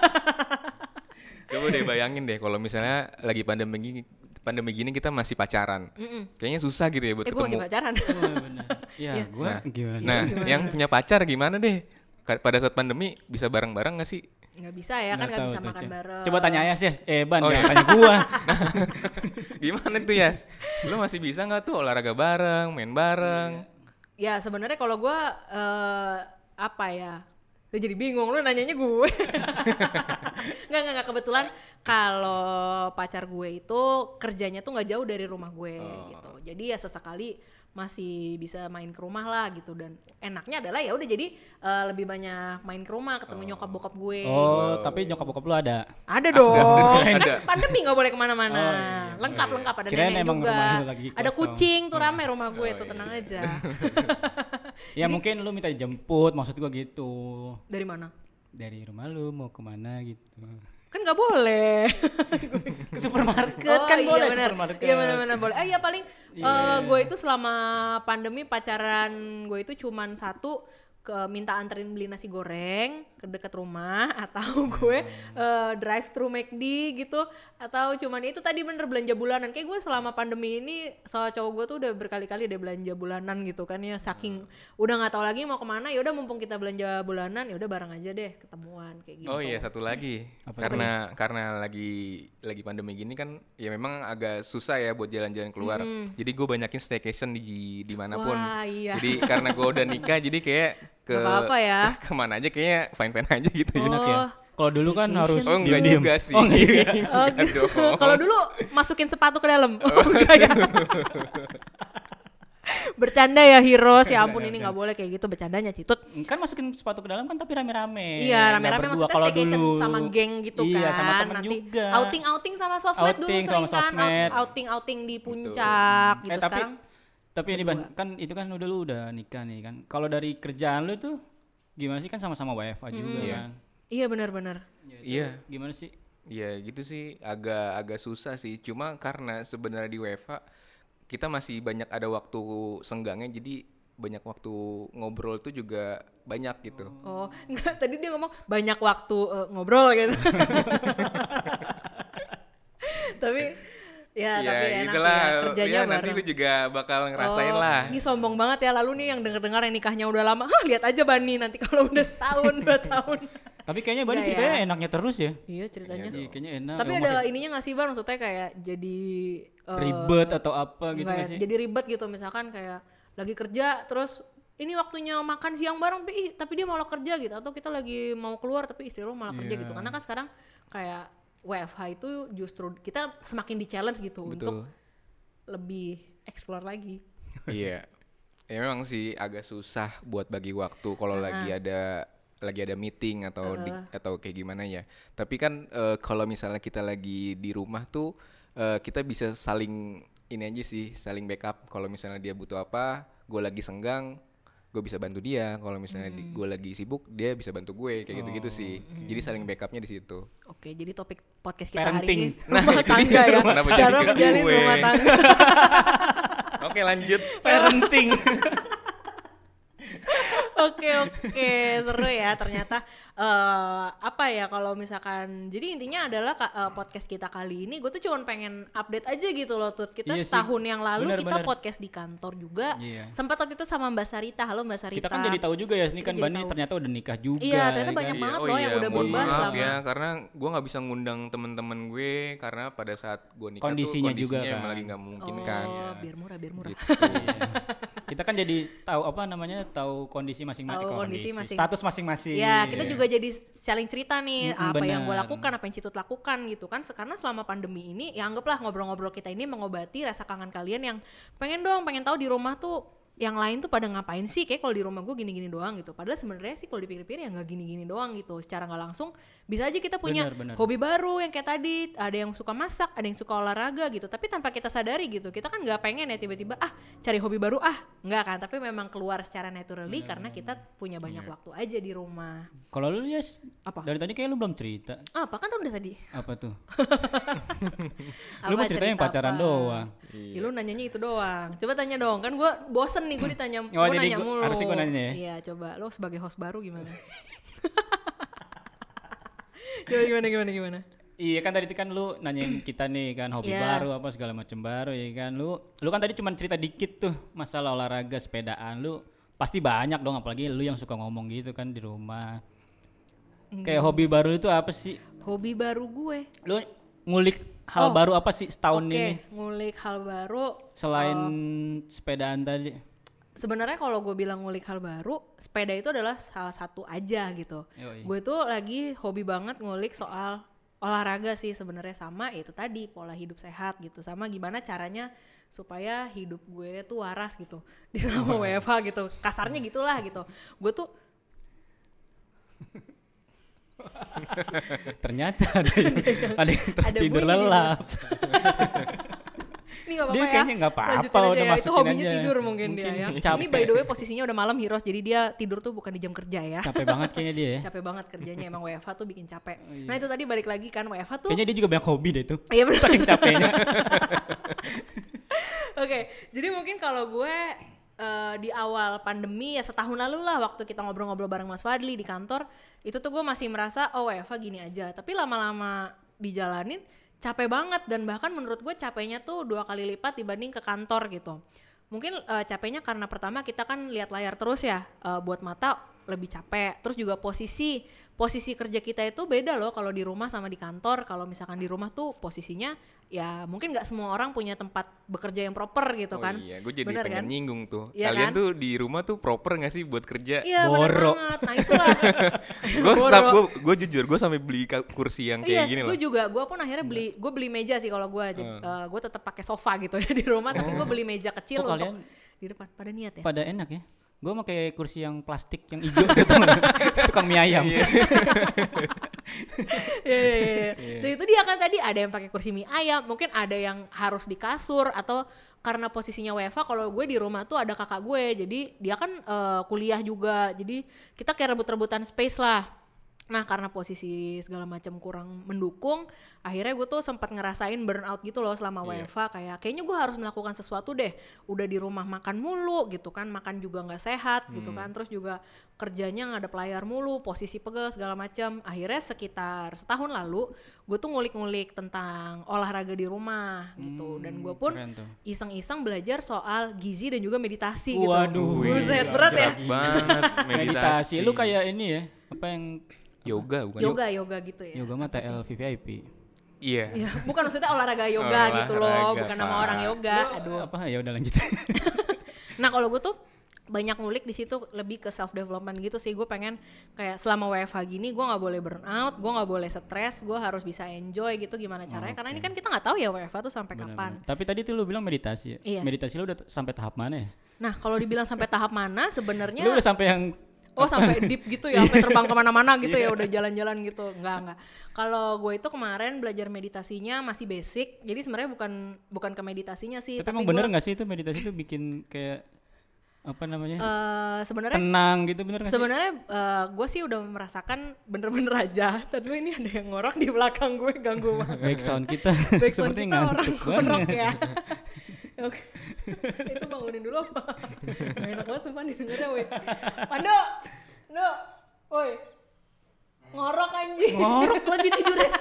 Coba deh bayangin deh kalau misalnya lagi pandemi gini, pandemi gini kita masih pacaran. Mm-mm. Kayaknya susah gitu ya buat Eh, gue masih ketemu. pacaran. Oh, benar. Ya, Iya. gua gimana? Nah, yang punya pacar gimana deh? Ka- Pada saat pandemi bisa bareng-bareng gak sih? Nggak bisa ya kan, Nggak nggak tahu bisa tuh, makan Cek. bareng. Coba tanya Ayas ya, eh Ban, Oh, jangan iya. tanya gua. Gimana tuh Yas? Lu masih bisa nggak tuh olahraga bareng, main bareng? Ya sebenarnya kalau gue eh, apa ya? Udah jadi bingung, lu nanyanya gue. Nggak, nggak, nggak. Kebetulan kalau pacar gue itu kerjanya tuh nggak jauh dari rumah gue gitu. Jadi ya sesekali masih bisa main ke rumah lah gitu. Dan enaknya adalah ya udah jadi eh, lebih banyak main ke rumah, ketemu nyokap bokap gue. Oh, tapi nyokap bokap lu ada. Ada dong, Ada. kan pandemi nggak boleh kemana-mana. Oh, iya. Lengkap lengkap ada Kirain nenek emang juga, rumah lu lagi ada kosong. kucing tuh rame rumah gue Oh, tuh iya. tenang aja. Ya mungkin lu minta dijemput, maksud gua gitu. Dari mana? Dari rumah lu mau kemana gitu. Kan nggak boleh. Ke supermarket Oh, kan iya boleh bener. supermarket. Iya benar-benar boleh. Ah ya paling Iya. eh, gue itu selama pandemi pacaran gue itu cuman satu, ke minta anterin beli nasi goreng ke dekat rumah, atau gue eh, drive thru McD gitu, atau cuman itu tadi bener belanja bulanan. Kayak gue selama pandemi ini sama cowok gue tuh udah berkali-kali deh belanja bulanan gitu kan ya, saking udah nggak tahu lagi mau kemana, ya udah mumpung kita belanja bulanan ya udah bareng aja deh ketemuan kayak gitu. Oh iya satu lagi. Apa karena karena lagi lagi pandemi gini kan ya memang agak susah ya buat jalan-jalan keluar. Jadi gue banyakin staycation di dimanapun. Wah, iya. Jadi karena gue udah nikah jadi kayak ke Nggak apa-apa ya. kemana aja kayaknya fine-fine aja gitu ya. Enak ya. Kalau dulu kan harus Oh enggak diem-diem. juga sih. Oh, enggak juga. Oh, Enggak gitu. dong. Kalau dulu masukin sepatu ke dalam. Oh, enggak ya. Bercanda ya Heroes, ya ampun ini nggak boleh kayak gitu bercandanya Citut. Kan masukin sepatu ke dalam kan tapi rame-rame. Iya Nggak rame-rame berdua. maksudnya Kalau staycation dulu sama geng gitu iya, kan. sama temen Nanti juga. outing-outing sama sosmed dulu Outing sering sama kan. sosmed. Out- Outing-outing di puncak gitu eh, tapi, sekarang. Tapi ini Ban, kan itu kan udah lu udah nikah nih kan. Kalau dari kerjaan lu tuh gimana sih, kan sama-sama W F H juga Iya. kan. Iya benar-benar. Ya, itu Iya. Gimana sih? Ya gitu sih agak agak susah sih. Cuma karena sebenarnya di W F H kita masih banyak ada waktu senggangnya, jadi banyak waktu ngobrol tuh juga banyak gitu. Oh, enggak, tadi dia ngomong banyak waktu eh, ngobrol gitu. Tapi ya, tapi enak sih ya, kerjanya ya, bareng. nanti lu juga bakal ngerasain lah. Ini sombong banget ya, lalu nih yang denger-dengar yang nikahnya udah lama, hah lihat aja Bani nanti kalau udah setahun dua tahun. Tapi kayaknya Bani Enggak ceritanya ya. enaknya terus ya. Iya ceritanya. Iya, kayaknya enak. Tapi Emang ada masih ininya nggak sih Ban, maksudnya kayak jadi eh, ribet atau apa gitu enggak nggak ya, sih? jadi ribet gitu, misalkan kayak lagi kerja terus ini waktunya makan siang bareng tapi, ih, tapi dia malah kerja gitu, atau kita lagi mau keluar tapi istri lo malah kerja Iya. gitu. Karena kan sekarang kayak W F H itu justru kita semakin di challenge gitu untuk Betul. lebih explore lagi. Iya. Ya memang sih agak susah buat bagi waktu kalau lagi ada lagi ada meeting atau di, atau kayak gimana ya. Tapi kan eh, kalau misalnya kita lagi di rumah tuh eh, kita bisa saling ini aja sih, saling backup. Kalau misalnya dia butuh apa, gue lagi senggang, gue bisa bantu dia. Kalau misalnya di- gue lagi sibuk, dia bisa bantu gue kayak gitu-gitu sih. Jadi saling backupnya di situ. Oke, jadi topik podcast kita Parenting. hari ini rumah tangga ya. Kenapa Cara jadi ke menjalin gue? rumah tangga. Oke lanjut. Parenting. Oke oke, seru ya ternyata. eh apa ya kalau misalkan, jadi intinya adalah ka- eh, podcast kita kali ini gue tuh cuman pengen update aja gitu loh Tut. Kita Iya sih. setahun yang lalu Bener, kita bener. podcast di kantor juga. Iya. Sempat waktu itu sama Mbak Sarita. Halo Mbak Sarita. Kita kan jadi tahu juga ya, ini Kita kan jadi Bani tahu. ternyata udah nikah juga. Iya, ternyata ya banyak kan? banget oh loh yang udah mohon berubah maaf selama- ya, karena gue nggak bisa ngundang temen-temen gue karena pada saat gue nikah Kondisinya tuh juga kondisinya kan. emang lagi nggak mungkin Oh, kan. biar murah biar murah. Gitu. Kita kan jadi tahu apa namanya, tahu kondisi masing-masing, Tahu kondisi masing- status masing-masing. Ya, kita Iya. juga jadi saling cerita nih Mm-mm, apa yang gue benar. lakukan, apa yang Citut lakukan gitu kan. Karena selama pandemi ini, ya anggaplah ngobrol-ngobrol kita ini mengobati rasa kangen kalian yang pengen dong, pengen tahu di rumah tuh yang lain tuh pada ngapain sih, kayak kalau di rumah gue gini-gini doang gitu. Padahal sebenarnya sih kalau dipikir-pikir ya nggak gini-gini doang gitu. Secara nggak langsung bisa aja kita punya Benar, benar. hobi baru yang kayak tadi, ada yang suka masak, ada yang suka olahraga gitu. Tapi tanpa kita sadari gitu, kita kan nggak pengen ya tiba-tiba ah cari hobi baru ah, nggak kan. Tapi memang keluar secara naturally karena kita punya banyak waktu aja di rumah. Kalau lu Yes, Apa? dari tadi kayak lu belum cerita. Apa kan tuh udah tadi? Apa tuh? Apa Lu mau ceritanya yang cerita pacaran apa? doang. Ya lu nanyanya itu doang. Coba tanya dong. Kan gue bosen nih gue ditanya. Oh, Gue jadi nanya gua- mulu. harusnya gua nanya ya? Iya coba. Lo sebagai host baru gimana? Coba gimana gimana gimana? Iya kan tadi kan lu nanyain kita nih kan hobi Iya. baru apa segala macam baru ya kan. Lu lu kan tadi cuma cerita dikit tuh masalah olahraga sepedaan. Lu pasti banyak dong, apalagi lu yang suka ngomong gitu kan di rumah. Kayak hobi baru itu apa sih? Hobi baru gue. Lu ngulik hal Oh, baru apa sih setahun Oke, ini ngulik hal baru. selain sepedaan tadi? Sebenarnya kalau gue bilang ngulik hal baru, sepeda itu adalah salah satu aja gitu. Yoi. Gue tuh lagi hobi banget ngulik soal olahraga sih sebenarnya, sama itu tadi pola hidup sehat gitu, sama gimana caranya supaya hidup gue tuh waras gitu di selama W F H gitu, kasarnya gitulah gitu. Gue tuh Ternyata ada yang, ada yang ada tertidur bunyi di lelap. dus. Ini gak apa-apa Dia ya. kayaknya nggak apa-apa, Lanjutin aja udah ya. Itu masukin hobinya aja. tidur mungkin, Mungkin dia ya. capek. Ini by the way posisinya udah malam Heroes, jadi dia tidur tuh bukan di jam kerja ya. Capek banget kayaknya dia ya. Capek banget kerjanya, emang W F H tuh bikin capek. Nah itu tadi balik lagi kan W F H tuh. Kayaknya dia juga banyak hobi deh tuh. Iya benar. Saking capeknya. Oke, jadi mungkin kalau gue eh, di awal pandemi ya setahun lalu lah waktu kita ngobrol-ngobrol bareng Mas Fadli di kantor, itu tuh gue masih merasa oh W F H gini aja. Tapi lama-lama dijalanin capek banget, dan bahkan menurut gue capeknya tuh dua kali lipat dibanding ke kantor gitu. Mungkin eh, capeknya karena pertama kita kan lihat layar terus ya, eh, buat mata lebih capek. Terus juga posisi posisi kerja kita itu beda loh kalau di rumah sama di kantor. Kalau misalkan di rumah tuh posisinya ya mungkin nggak semua orang punya tempat bekerja yang proper gitu Oh kan. iya, gue jadi Bener pengen kan? nyinggung tuh. Iya Kalian kan? tuh di rumah tuh proper gak sih buat kerja? Iya benar Boro. banget. Nah itulah. Gue Boro. gue gue jujur gue sampai beli ka- kursi yang kayak Yes, gini gue loh. juga. Gue pun akhirnya beli, gue beli meja sih kalau gue. Uh. gue tetap pakai sofa gitu ya di rumah, tapi gue beli meja kecil Oh, untuk kalian di depan. Pada niat ya. pada enak ya. Gue pakai kursi yang plastik yang hijau gitu. Tukang mie ayam. Iya iya iya. Dan itu dia kan tadi ada yang pakai kursi mie ayam, mungkin ada yang harus di kasur, atau karena posisinya W F H. Kalau gue di rumah tuh ada kakak gue, jadi dia kan uh, kuliah juga, jadi kita kayak rebut-rebutan space lah. Nah karena posisi segala macam kurang mendukung, akhirnya gue tuh sempat ngerasain burnout gitu loh selama W F H. Kayak kayaknya gue harus melakukan sesuatu deh. Udah di rumah makan mulu gitu kan, makan juga nggak sehat gitu kan. Terus juga kerjanya ngadep layar mulu, posisi pegel segala macam. Akhirnya sekitar setahun lalu, gue tuh ngulik-ngulik tentang olahraga di rumah gitu. Dan gue pun Keren tuh. iseng-iseng belajar soal gizi dan juga meditasi Waduh. gitu. Buset, berat ya. Berat banget meditasi. Meditasi. Lu kayak ini ya, apa yang yoga bukan? Yoga, yoga gitu ya. yoga mah T L V V I P. Iya. Ya, bukan maksudnya olahraga yoga gitu loh, Olahraga, bukan nama Pak. orang yoga. Aduh. Apa ya udah lanjut. Nah, kalau gue tuh banyak ngulik di situ, lebih ke self development gitu sih. Gue pengen kayak selama W F H gini gue nggak boleh burnout, gue nggak boleh stres, gue harus bisa enjoy gitu gimana caranya. Karena ini kan kita nggak tahu ya W F H tuh sampai kapan. Benar-benar. Tapi tadi tuh lu bilang meditasi ya. Iya. Meditasi lu udah t- sampai tahap mana ya? Nah, kalau dibilang sampai tahap mana sebenarnya Lu udah sampai yang oh sampai deep gitu ya, sampai terbang kemana-mana gitu ya, udah jalan-jalan gitu. Enggak, enggak. Kalau gue itu kemarin belajar meditasinya masih basic, jadi sebenarnya bukan bukan ke meditasinya sih. tapi, Tapi, emang bener gue nggak sih itu meditasi itu bikin kayak apa namanya? eh, sebenarnya tenang gitu bener nggak sih? Sebenarnya uh, gue sih udah merasakan bener-bener aja. Tapi ini ada yang ngorok di belakang gue, ganggu banget. Backsound kita Backsound seperti kita orang ngantuk ngorok banget. ya. Oke. Itu bangunin dulu apa? Gak enak banget sumpah didengarnya weh. Pando! No! Woi! Ngorok anjing. Ngorok lagi tidurnya.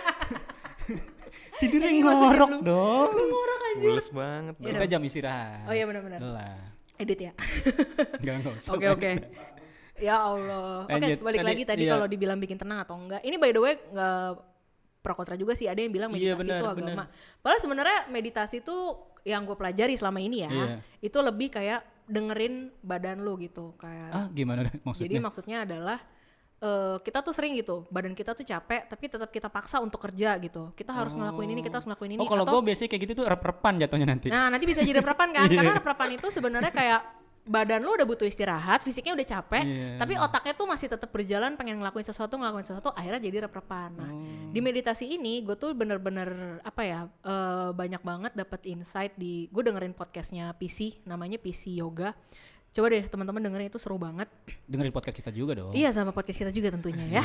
Tidurnya ngorok dong. Ngorok anjing. Mules banget. Ya Kita jam istirahat. Oh iya benar-benar. Lah. Edit ya. Enggak enggak usah. Oke oke. Ya Allah. Oke, Lanjut. balik Tadi, lagi tadi iya. kalau dibilang bikin tenang atau enggak. Ini by the way nggak pro kontra juga sih. Ada yang bilang Iya, meditasi benar, itu agama. Padahal sebenarnya meditasi itu yang gue pelajari selama ini ya, Iya. itu lebih kayak dengerin badan lu gitu kayak. Ah gimana maksudnya? Jadi maksudnya adalah uh, kita tuh sering gitu badan kita tuh capek tapi tetap kita paksa untuk kerja gitu. Kita harus Oh. ngelakuin ini, kita harus ngelakuin ini. Oh kalau atau, gue biasanya kayak gitu tuh rep-repan jatuhnya nanti. Nah nanti bisa jadi rep-repan kan, karena rep-repan itu sebenarnya kayak badan lu udah butuh istirahat, fisiknya udah capek, Yeah. tapi otaknya tuh masih tetap berjalan pengen ngelakuin sesuatu, ngelakuin sesuatu, akhirnya jadi rep-repan. Nah, Oh. di meditasi ini gue tuh bener-bener apa ya, uh, banyak banget dapat insight di, gue dengerin podcastnya P C, namanya P C Yoga. Coba deh teman-teman dengerin, itu seru banget. Dengerin podcast kita juga dong. Iya sama podcast kita juga tentunya ya.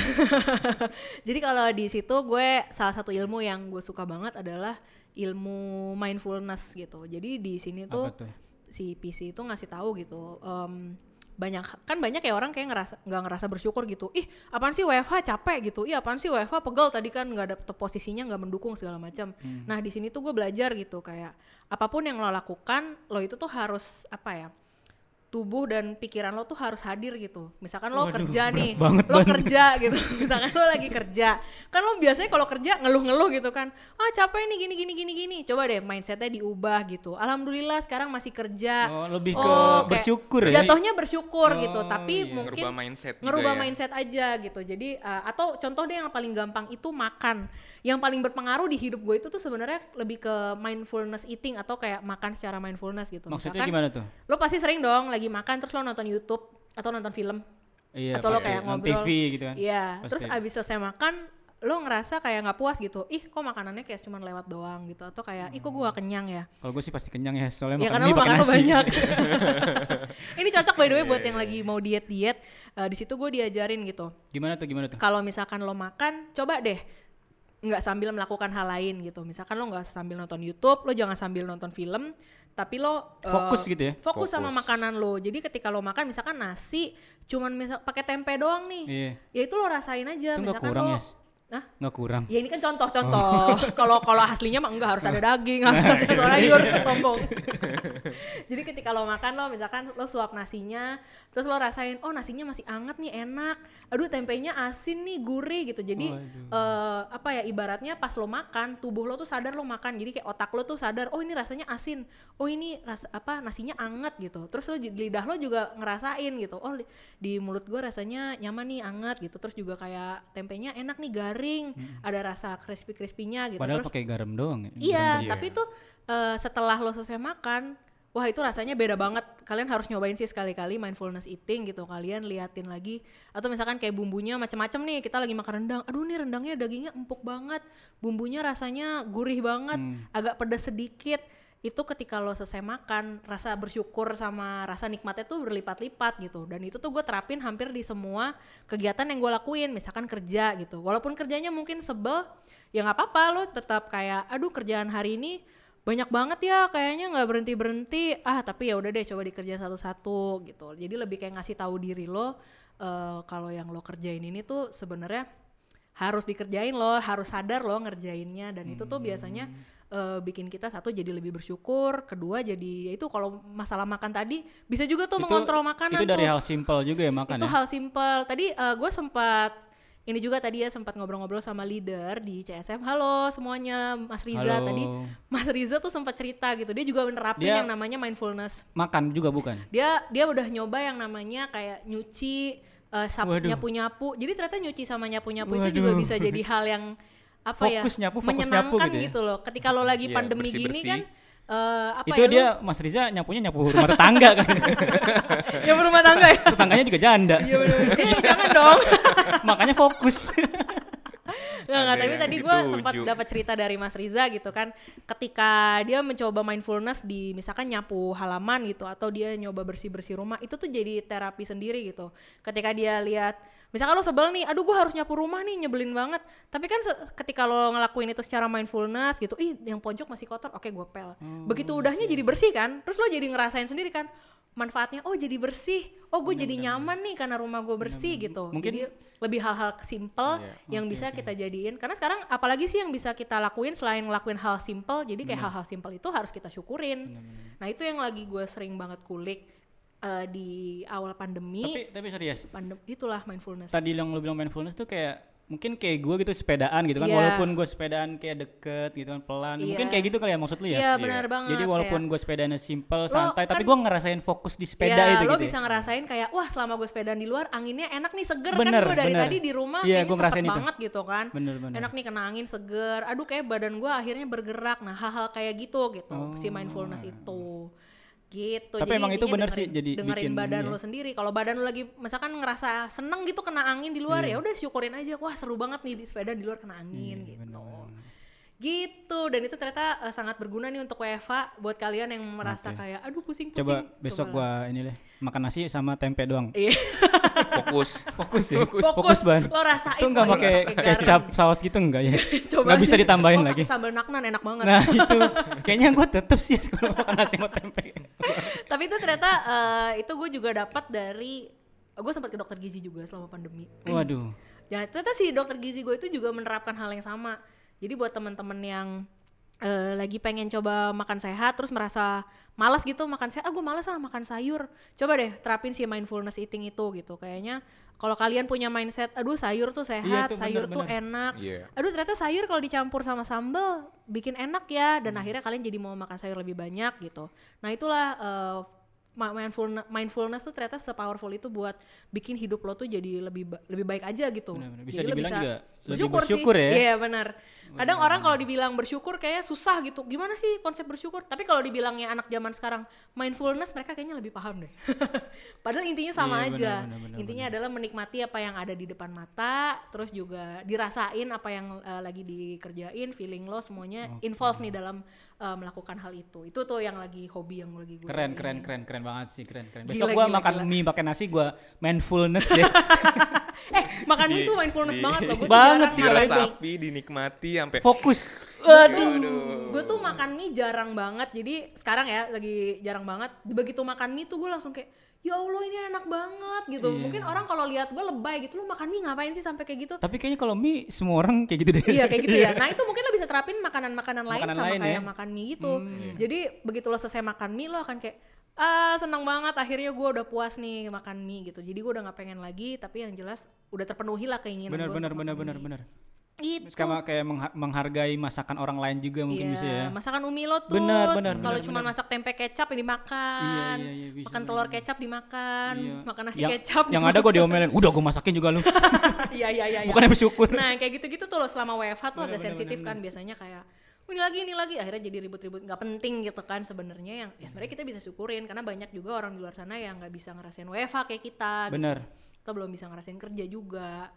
Jadi kalau di situ gue salah satu ilmu yang gue suka banget adalah ilmu mindfulness gitu. Jadi di sini tuh, Apa tuh? si P C itu ngasih tahu gitu, um, banyak kan banyak ya orang kayak ngerasa nggak ngerasa bersyukur gitu. Ih apaan sih W F H capek gitu. Ih apaan sih W F H pegel tadi kan nggak ada posisinya nggak mendukung segala macam. Hmm. Nah di sini tuh gue belajar gitu kayak apapun yang lo lakukan lo itu tuh harus apa ya, tubuh dan pikiran lo tuh harus hadir gitu. Misalkan lo Waduh, kerja nih, banget, lo banget. kerja gitu. Misalkan lo lagi kerja, kan lo biasanya kalau kerja ngeluh-ngeluh gitu kan. Ah capek nih gini gini gini gini. Coba deh mindsetnya diubah gitu. Alhamdulillah sekarang masih kerja. Oh, lebih ke kayak bersyukur ya? Jatuhnya bersyukur Oh, gitu. Tapi iya. mungkin Ngerubah mindset juga ngerubah ya. mindset aja gitu. Jadi uh, atau contoh deh yang paling gampang itu makan. Yang paling berpengaruh di hidup gue itu tuh sebenarnya lebih ke mindfulness eating atau kayak makan secara mindfulness gitu. Maksudnya Misalkan, gimana tuh? lo pasti sering dong lagi makan terus lo nonton YouTube atau nonton film Iya, atau lo pasti. kayak Nonton ngobrol T V gitu kan. iya Pasti. terus abis selesai makan lo ngerasa kayak nggak puas gitu, ih kok makanannya kayak cuma lewat doang gitu, atau kayak ih kok gue gak kenyang ya. Kalau gue sih pasti kenyang ya, soalnya Ya makan karena mie lo pakai makan nasi. banyak. Ini cocok by the way buat yang lagi mau diet-diet. Uh, di situ gue diajarin gitu. Gimana tuh, gimana tuh? Kalau misalkan lo makan, coba deh nggak sambil melakukan hal lain gitu. Misalkan lo nggak sambil nonton YouTube, lo jangan sambil nonton film, tapi lo Fokus uh, gitu ya? Fokus, Fokus. sama makanan lo. Jadi ketika lo makan, misalkan nasi, cuman misal pakai tempe doang nih, Iya. ya itu lo rasain aja. Itu nggak Misalkan kurang lo, ya? Hah? Nggak kurang. Ya ini kan contoh-contoh. Kalau kalau aslinya mah enggak, harus ada daging, harus ada sayur, sombong. Jadi ketika lo makan, lo misalkan lo suap nasinya, terus lo rasain, oh nasinya masih anget nih, enak. Aduh tempenya asin nih, gurih gitu. Jadi uh, apa ya, ibaratnya pas lo makan, tubuh lo tuh sadar lo makan. Jadi kayak otak lo tuh sadar, oh ini rasanya asin, oh ini rasa apa nasinya anget gitu. Terus lo lidah lo juga ngerasain gitu, oh di mulut gue rasanya nyaman nih, anget gitu. Terus juga kayak tempenya enak nih, garing. Hmm. Ada rasa crispy-crispy-nya gitu. Padahal Terus pakai garam doang ya. iya, Garam. tapi tuh uh, setelah lo selesai makan, wah itu rasanya beda banget. Kalian harus nyobain sih sekali-kali mindfulness eating gitu. Kalian liatin lagi, atau misalkan kayak bumbunya macam-macam nih. Kita lagi makan rendang, aduh nih rendangnya dagingnya empuk banget, bumbunya rasanya gurih banget, hmm. agak pedas sedikit. Itu ketika lo selesai makan, rasa bersyukur sama rasa nikmatnya tuh berlipat-lipat gitu. Dan itu tuh gue terapin hampir di semua kegiatan yang gue lakuin. Misalkan kerja gitu, walaupun kerjanya mungkin sebel, ya gak apa-apa, lo tetap kayak aduh kerjaan hari ini banyak banget ya, kayaknya nggak berhenti berhenti ah tapi ya udah deh coba dikerjain satu-satu gitu. Jadi lebih kayak ngasih tahu diri lo uh, kalau yang lo kerjain ini tuh sebenarnya harus dikerjain, lo harus sadar lo ngerjainnya. Dan hmm. itu tuh biasanya uh, bikin kita satu jadi lebih bersyukur, kedua jadi ya itu kalau masalah makan tadi bisa juga tuh Itu- mengontrol makanan. Itu dari tuh hal simpel juga ya makan itu ya? hal simpel. Tadi uh, gue sempat ini juga tadi ya sempat ngobrol-ngobrol sama leader di C S M. Halo semuanya, Mas Riza. Halo. Tadi Mas Riza tuh sempat cerita gitu. Dia juga nerapin Dia- yang namanya mindfulness. Makan juga bukan? Dia dia udah nyoba yang namanya kayak nyuci, uh, sap, Waduh. nyapu-nyapu. Jadi ternyata nyuci sama nyapu-nyapu itu Waduh. juga bisa jadi hal yang apa ya, Fokus nyapu, fokus menyenangkan nyapu gitu ya. gitu loh. Ketika lo lagi Iya, pandemi gini bersih-bersih. kan uh, apa Itu ya, dia Mas Riza nyapunya nyapu rumah tetangga kan? lo, yang berumah tangga ya. Tetangganya juga janda. Iya bener. Eh, jangan dong. Makanya fokus. Nggak, nggak, Ada tapi yang tadi gue dituju. sempat dapat cerita dari Mas Riza gitu kan, ketika dia mencoba mindfulness di misalkan nyapu halaman gitu, atau dia nyoba bersih-bersih rumah, itu tuh jadi terapi sendiri gitu. Ketika dia lihat, misalkan lo sebel nih, aduh gue harus nyapu rumah nih, nyebelin banget, tapi kan se- ketika lo ngelakuin itu secara mindfulness gitu, ih yang pojok masih kotor, oke gue pel. Begitu udahnya jadi bersih kan, terus lo jadi ngerasain sendiri kan manfaatnya, oh jadi bersih, oh gue jadi nyaman nih karena rumah gue bersih gitu. Mungkin- Jadi lebih hal-hal simple Iya. yang bisa kita jadiin, karena sekarang apalagi sih yang bisa kita lakuin selain ngelakuin hal simple. Jadi kayak hal-hal simple itu harus kita syukurin. Nah itu yang lagi gue sering banget kulik uh, di awal pandemi. tapi tapi serius. Pandem itulah mindfulness. Tadi yang lu bilang mindfulness tuh kayak mungkin kayak gue gitu sepedaan gitu kan, Iya. walaupun gue sepedaan kayak deket gitu kan pelan, Iya. mungkin kayak gitu kali ya maksud lu ya. Iya benar banget. Jadi walaupun kayak- gue sepedanya simple, Lo santai, tapi kan- gue ngerasain fokus di sepeda ya, itu lo gitu. bisa ya. ngerasain kayak wah selama gue sepedaan di luar anginnya enak nih seger Bener, kan gue dari bener. tadi di rumah Iya, kayaknya gua sepet ngerasain itu. banget gitu kan. Bener, bener. Enak nih kena angin seger. Aduh kayak badan gue akhirnya bergerak. Nah hal-hal kayak gitu gitu Oh. si mindfulness itu. Gitu. Tapi emang itu intinya bener dengerin, sih, jadi dengerin bikin badan ini ya. lo sendiri. Kalau badan lo lagi misalkan ngerasa seneng gitu kena angin di luar Iya. ya udah syukurin aja. Wah seru banget nih di sepeda di luar kena angin Iya, gitu. bener. Gitu, dan itu ternyata uh, sangat berguna nih untuk W F H buat kalian yang merasa Oke. kayak aduh pusing-pusing. Coba besok Cobalah. gue ini deh makan nasi sama tempe doang. Iya. Fokus. Fokus ya. Fokus, Fokus ban. lo rasain. Itu nggak wah, pakai ini garam. kecap saus gitu enggak ya? Coba Nggak bisa aja. ditambahin Oh, lagi. pakai sambal naknan enak banget. Nah itu kayaknya gue tetep sih kalau makan nasi sama tempe. Tapi itu ternyata uh, itu gue juga dapat dari gue sempat ke dokter gizi juga selama pandemi. Waduh. Ya ternyata si dokter gizi gue itu juga menerapkan hal yang sama. Jadi buat teman-teman yang uh, lagi pengen coba makan sehat terus merasa malas gitu makan sehat, ah gue malas ah makan sayur. Coba deh terapin si mindfulness eating itu gitu. Kayaknya kalau kalian punya mindset, aduh sayur tuh sehat, Iya tuh, sayur bener, tuh bener. enak. Iya. Aduh ternyata sayur kalau dicampur sama sambal bikin enak ya, dan akhirnya kalian jadi mau makan sayur lebih banyak gitu. Nah itulah uh, mindfulness, mindfulness tuh ternyata se-powerful itu buat bikin hidup lo tuh jadi lebih ba- lebih baik aja gitu. Benar-benar. Bisa Jadi lo dibilang juga lebih bersyukur, bersyukur sih. ya. Iya benar. Kadang orang kalau dibilang bersyukur kayak susah gitu. Gimana sih konsep bersyukur? Tapi kalau dibilangnya anak zaman sekarang mindfulness, mereka kayaknya lebih paham deh. Padahal intinya sama Iya, aja. benar, benar, benar, Intinya adalah menikmati apa yang ada di depan mata, terus juga dirasain apa yang uh, lagi dikerjain, feeling lo semuanya involve nih dalam uh, melakukan hal itu. Itu tuh yang lagi hobi yang lagi gue Keren, keren, keren, keren banget sih, keren, keren. Gila, Besok gua gila, makan gila. mie pakai nasi, gua mindfulness deh. Eh makan mie Di- tuh mindfulness di- banget loh. Gua tuh Banget jarang sih, makan kalau Dirasa mie. api, dinikmati sampai Fokus. Waduh. Gue tuh makan mie jarang banget. Jadi sekarang ya lagi jarang banget. Begitu makan mie tuh gue langsung kayak ya Allah ini enak banget gitu. Iya. Mungkin orang kalau lihat gue lebay gitu, lu makan mie ngapain sih sampai kayak gitu? Tapi kayaknya kalau mie semua orang kayak gitu deh. Iya kayak gitu ya. Nah itu mungkin lo bisa terapin makanan-makanan lain Makanan sama lain kayak ya. makan mie gitu. Hmm. Jadi begitu lo selesai makan mie lo akan kayak ah senang banget akhirnya gue udah puas nih makan mie gitu. Jadi gue udah nggak pengen lagi, tapi yang jelas udah terpenuhi lah keinginan Benar, gue benar, untuk benar, makan benar, mie. benar. Gitu. Sama kayak mengha- menghargai masakan orang lain juga mungkin Iya, bisa ya. masakan umi lo tuh. Benar, benar, Kalau benar, cuma benar. masak tempe kecap ini dimakan. Iya, iya, iya, bisa, makan benar, telur benar. kecap dimakan, Iya. makan nasi yang, kecap. Yang ada gue diomelin, udah gue masakin juga lu. Iya, iya, iya. iya. Bukannya bersyukur. Nah, kayak gitu-gitu tuh lo selama W F H tuh Benar, agak benar, sensitif benar, kan biasanya kayak "Oh, ini lagi ini lagi akhirnya jadi ribut-ribut nggak penting gitu kan sebenarnya yang ya sebenarnya kita bisa syukurin karena banyak juga orang di luar sana yang nggak bisa ngerasain W F H kayak kita. Bener. Gitu. Kita belum bisa ngerasain kerja juga.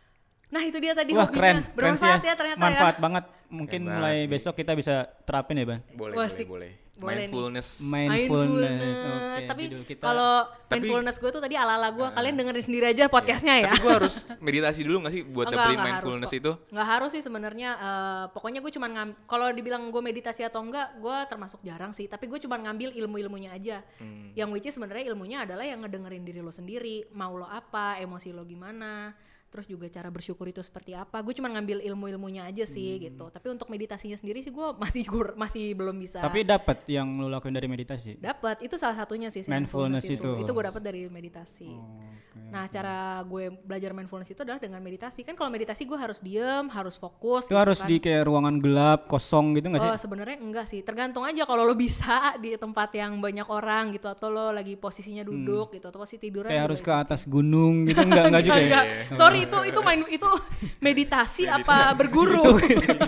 Nah itu dia tadi Wah hobinya. keren, keren Bermanfaat sih ya ternyata manfaat ya. banget. Mungkin Keren mulai banget. besok kita bisa terapin ya Ban. boleh, Wah, boleh, sih. boleh. Boleh nih. Mindfulness. Mindfulness. Oke, Tapi judul kita. kalau Tapi- mindfulness gue tuh tadi ala-ala gue, kalian dengerin sendiri aja podcastnya ya. Tapi gue harus meditasi dulu gak sih buat Enggak, dapetin enggak mindfulness harus itu? kok. Nggak harus sih sebenarnya. eh, pokoknya gue cuman ngam- kalau dibilang gue meditasi atau enggak, gue termasuk jarang sih. Tapi gue cuman ngambil ilmu-ilmunya aja. Hmm. Yang which is sebenarnya ilmunya adalah yang ngedengerin diri lo sendiri, mau lo apa, emosi lo gimana. Terus juga cara bersyukur itu seperti apa. Gue cuma ngambil ilmu-ilmunya aja sih gitu. Tapi untuk meditasinya sendiri sih gue masih gur- masih belum bisa. Tapi dapat yang lu lakuin dari meditasi. Dapat, itu salah satunya sih si Mindfulness mindfulness, itu. itu. Itu gue dapat dari meditasi. Oke. Nah, cara gue belajar mindfulness itu adalah dengan meditasi. Kan kalau meditasi gue harus diem, harus fokus. Itu gitu harus kan. di kayak ruangan gelap, kosong gitu nggak sih? Oh, sebenarnya enggak sih. Tergantung aja kalau lo bisa di tempat yang banyak orang gitu atau lo lagi posisinya duduk gitu atau posisi tiduran. Kayak juga harus is ke okay. atas gunung gitu enggak enggak juga ya? Enggak. Sorry itu itu main itu meditasi apa berguru.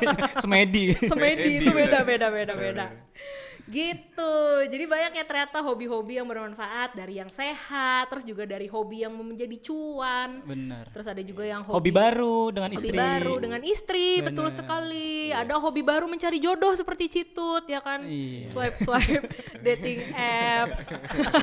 Semedi. Semedi itu Semedi, beda benar. beda beda beda. Gitu. Jadi banyak ya ternyata hobi-hobi yang bermanfaat dari yang sehat, terus juga dari hobi yang menjadi cuan. Benar. Terus ada juga yang hobi, Hobi baru dengan hobi istri. baru dengan istri, betul Benar. sekali. Ada hobi baru mencari jodoh seperti Citut ya kan. Iya. Swipe-swipe dating apps.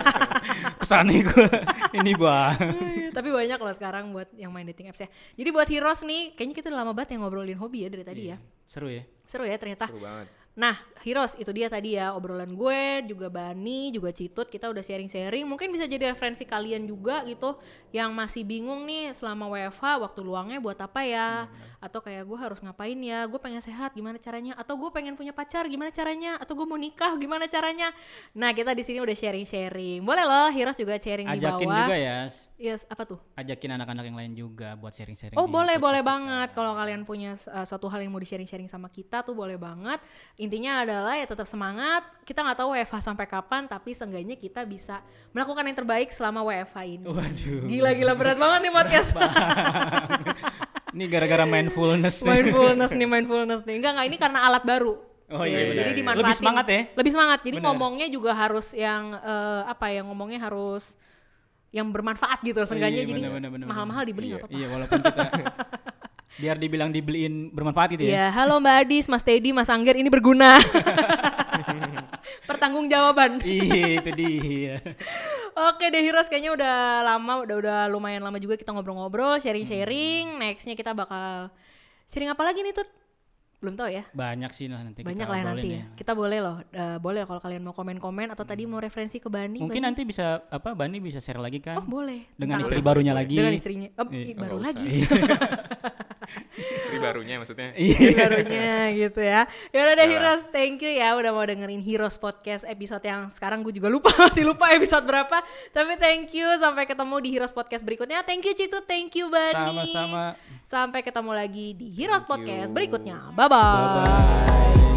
Kesana gue. Ini bang. Tapi banyak loh sekarang buat yang main dating apps ya. Jadi buat Heroes nih, kayaknya kita udah lama banget yang ngobrolin hobi ya dari tadi ya. Seru ya. Seru ya ternyata. Seru banget. Nah, Heroes itu dia tadi ya obrolan gue, juga Bani, juga Citut, kita udah sharing-sharing. Mungkin bisa jadi referensi kalian juga gitu yang masih bingung nih selama W F H waktu luangnya buat apa ya? Hmm. Atau kayak gue harus ngapain ya? Gue pengen sehat gimana caranya? Atau gue pengen punya pacar gimana caranya? Atau gue mau nikah gimana caranya? Nah, kita di sini udah sharing-sharing. Boleh loh Heroes juga sharing Ajakin di bawah. Ajakin juga ya. Yes, apa tuh? Ajakin anak-anak yang lain juga buat sharing-sharing. Oh boleh boleh banget kalau kalian punya uh, suatu hal yang mau di sharing-sharing sama kita tuh boleh banget. Intinya adalah ya tetap semangat. Kita nggak tahu W F H sampai kapan, tapi seenggaknya kita bisa melakukan yang terbaik selama W F H ini. Waduh. Gila-gila berat banget nih podcast. Ini gara-gara mindfulness. mindfulness nih mindfulness nih. Enggak enggak ini karena alat baru. Oh iya, iya jadi iya. dimanfaatin. Lebih semangat ya? Lebih semangat. Jadi Bener. ngomongnya juga harus yang uh, apa ya ngomongnya harus yang bermanfaat gitu seenggaknya. Oh, iya, jadi bener, bener, mahal-mahal bener. dibeli iya, nggak apa-apa. Iya walaupun kita biar dibilang dibeliin bermanfaat gitu ya. Iya, halo Mbak Adis, Mas Teddy, Mas Angger ini berguna. Pertanggungjawaban. Iya itu dia. Oke deh Heroes, kayaknya udah lama, udah udah lumayan lama juga kita ngobrol-ngobrol, sharing-sharing. Nextnya kita bakal sharing apa lagi nih Tut? Belum tahu ya. Banyak sih nah, nanti Banyak kita lah nanti ya. ya. Kita boleh loh, uh, boleh kalau kalian mau komen-komen atau hmm. tadi mau referensi ke Bani. Mungkin Bani. nanti bisa apa Bani bisa share lagi kan? Oh boleh. Dengan Tentang istri apa? barunya lagi. Dengan istrinya. Oh, iya. baru Oh, lagi. Istri barunya maksudnya. Istri barunya gitu ya. Ya udah deh Yalah. Heroes, thank you ya udah mau dengerin Heroes Podcast episode yang sekarang gue juga lupa masih lupa episode berapa. Tapi thank you, sampai ketemu di Heroes Podcast berikutnya. Thank you Citu, thank you Bani. Sama-sama. Sampai ketemu lagi di Heroes Thank Podcast you. berikutnya. Bye bye. Bye bye.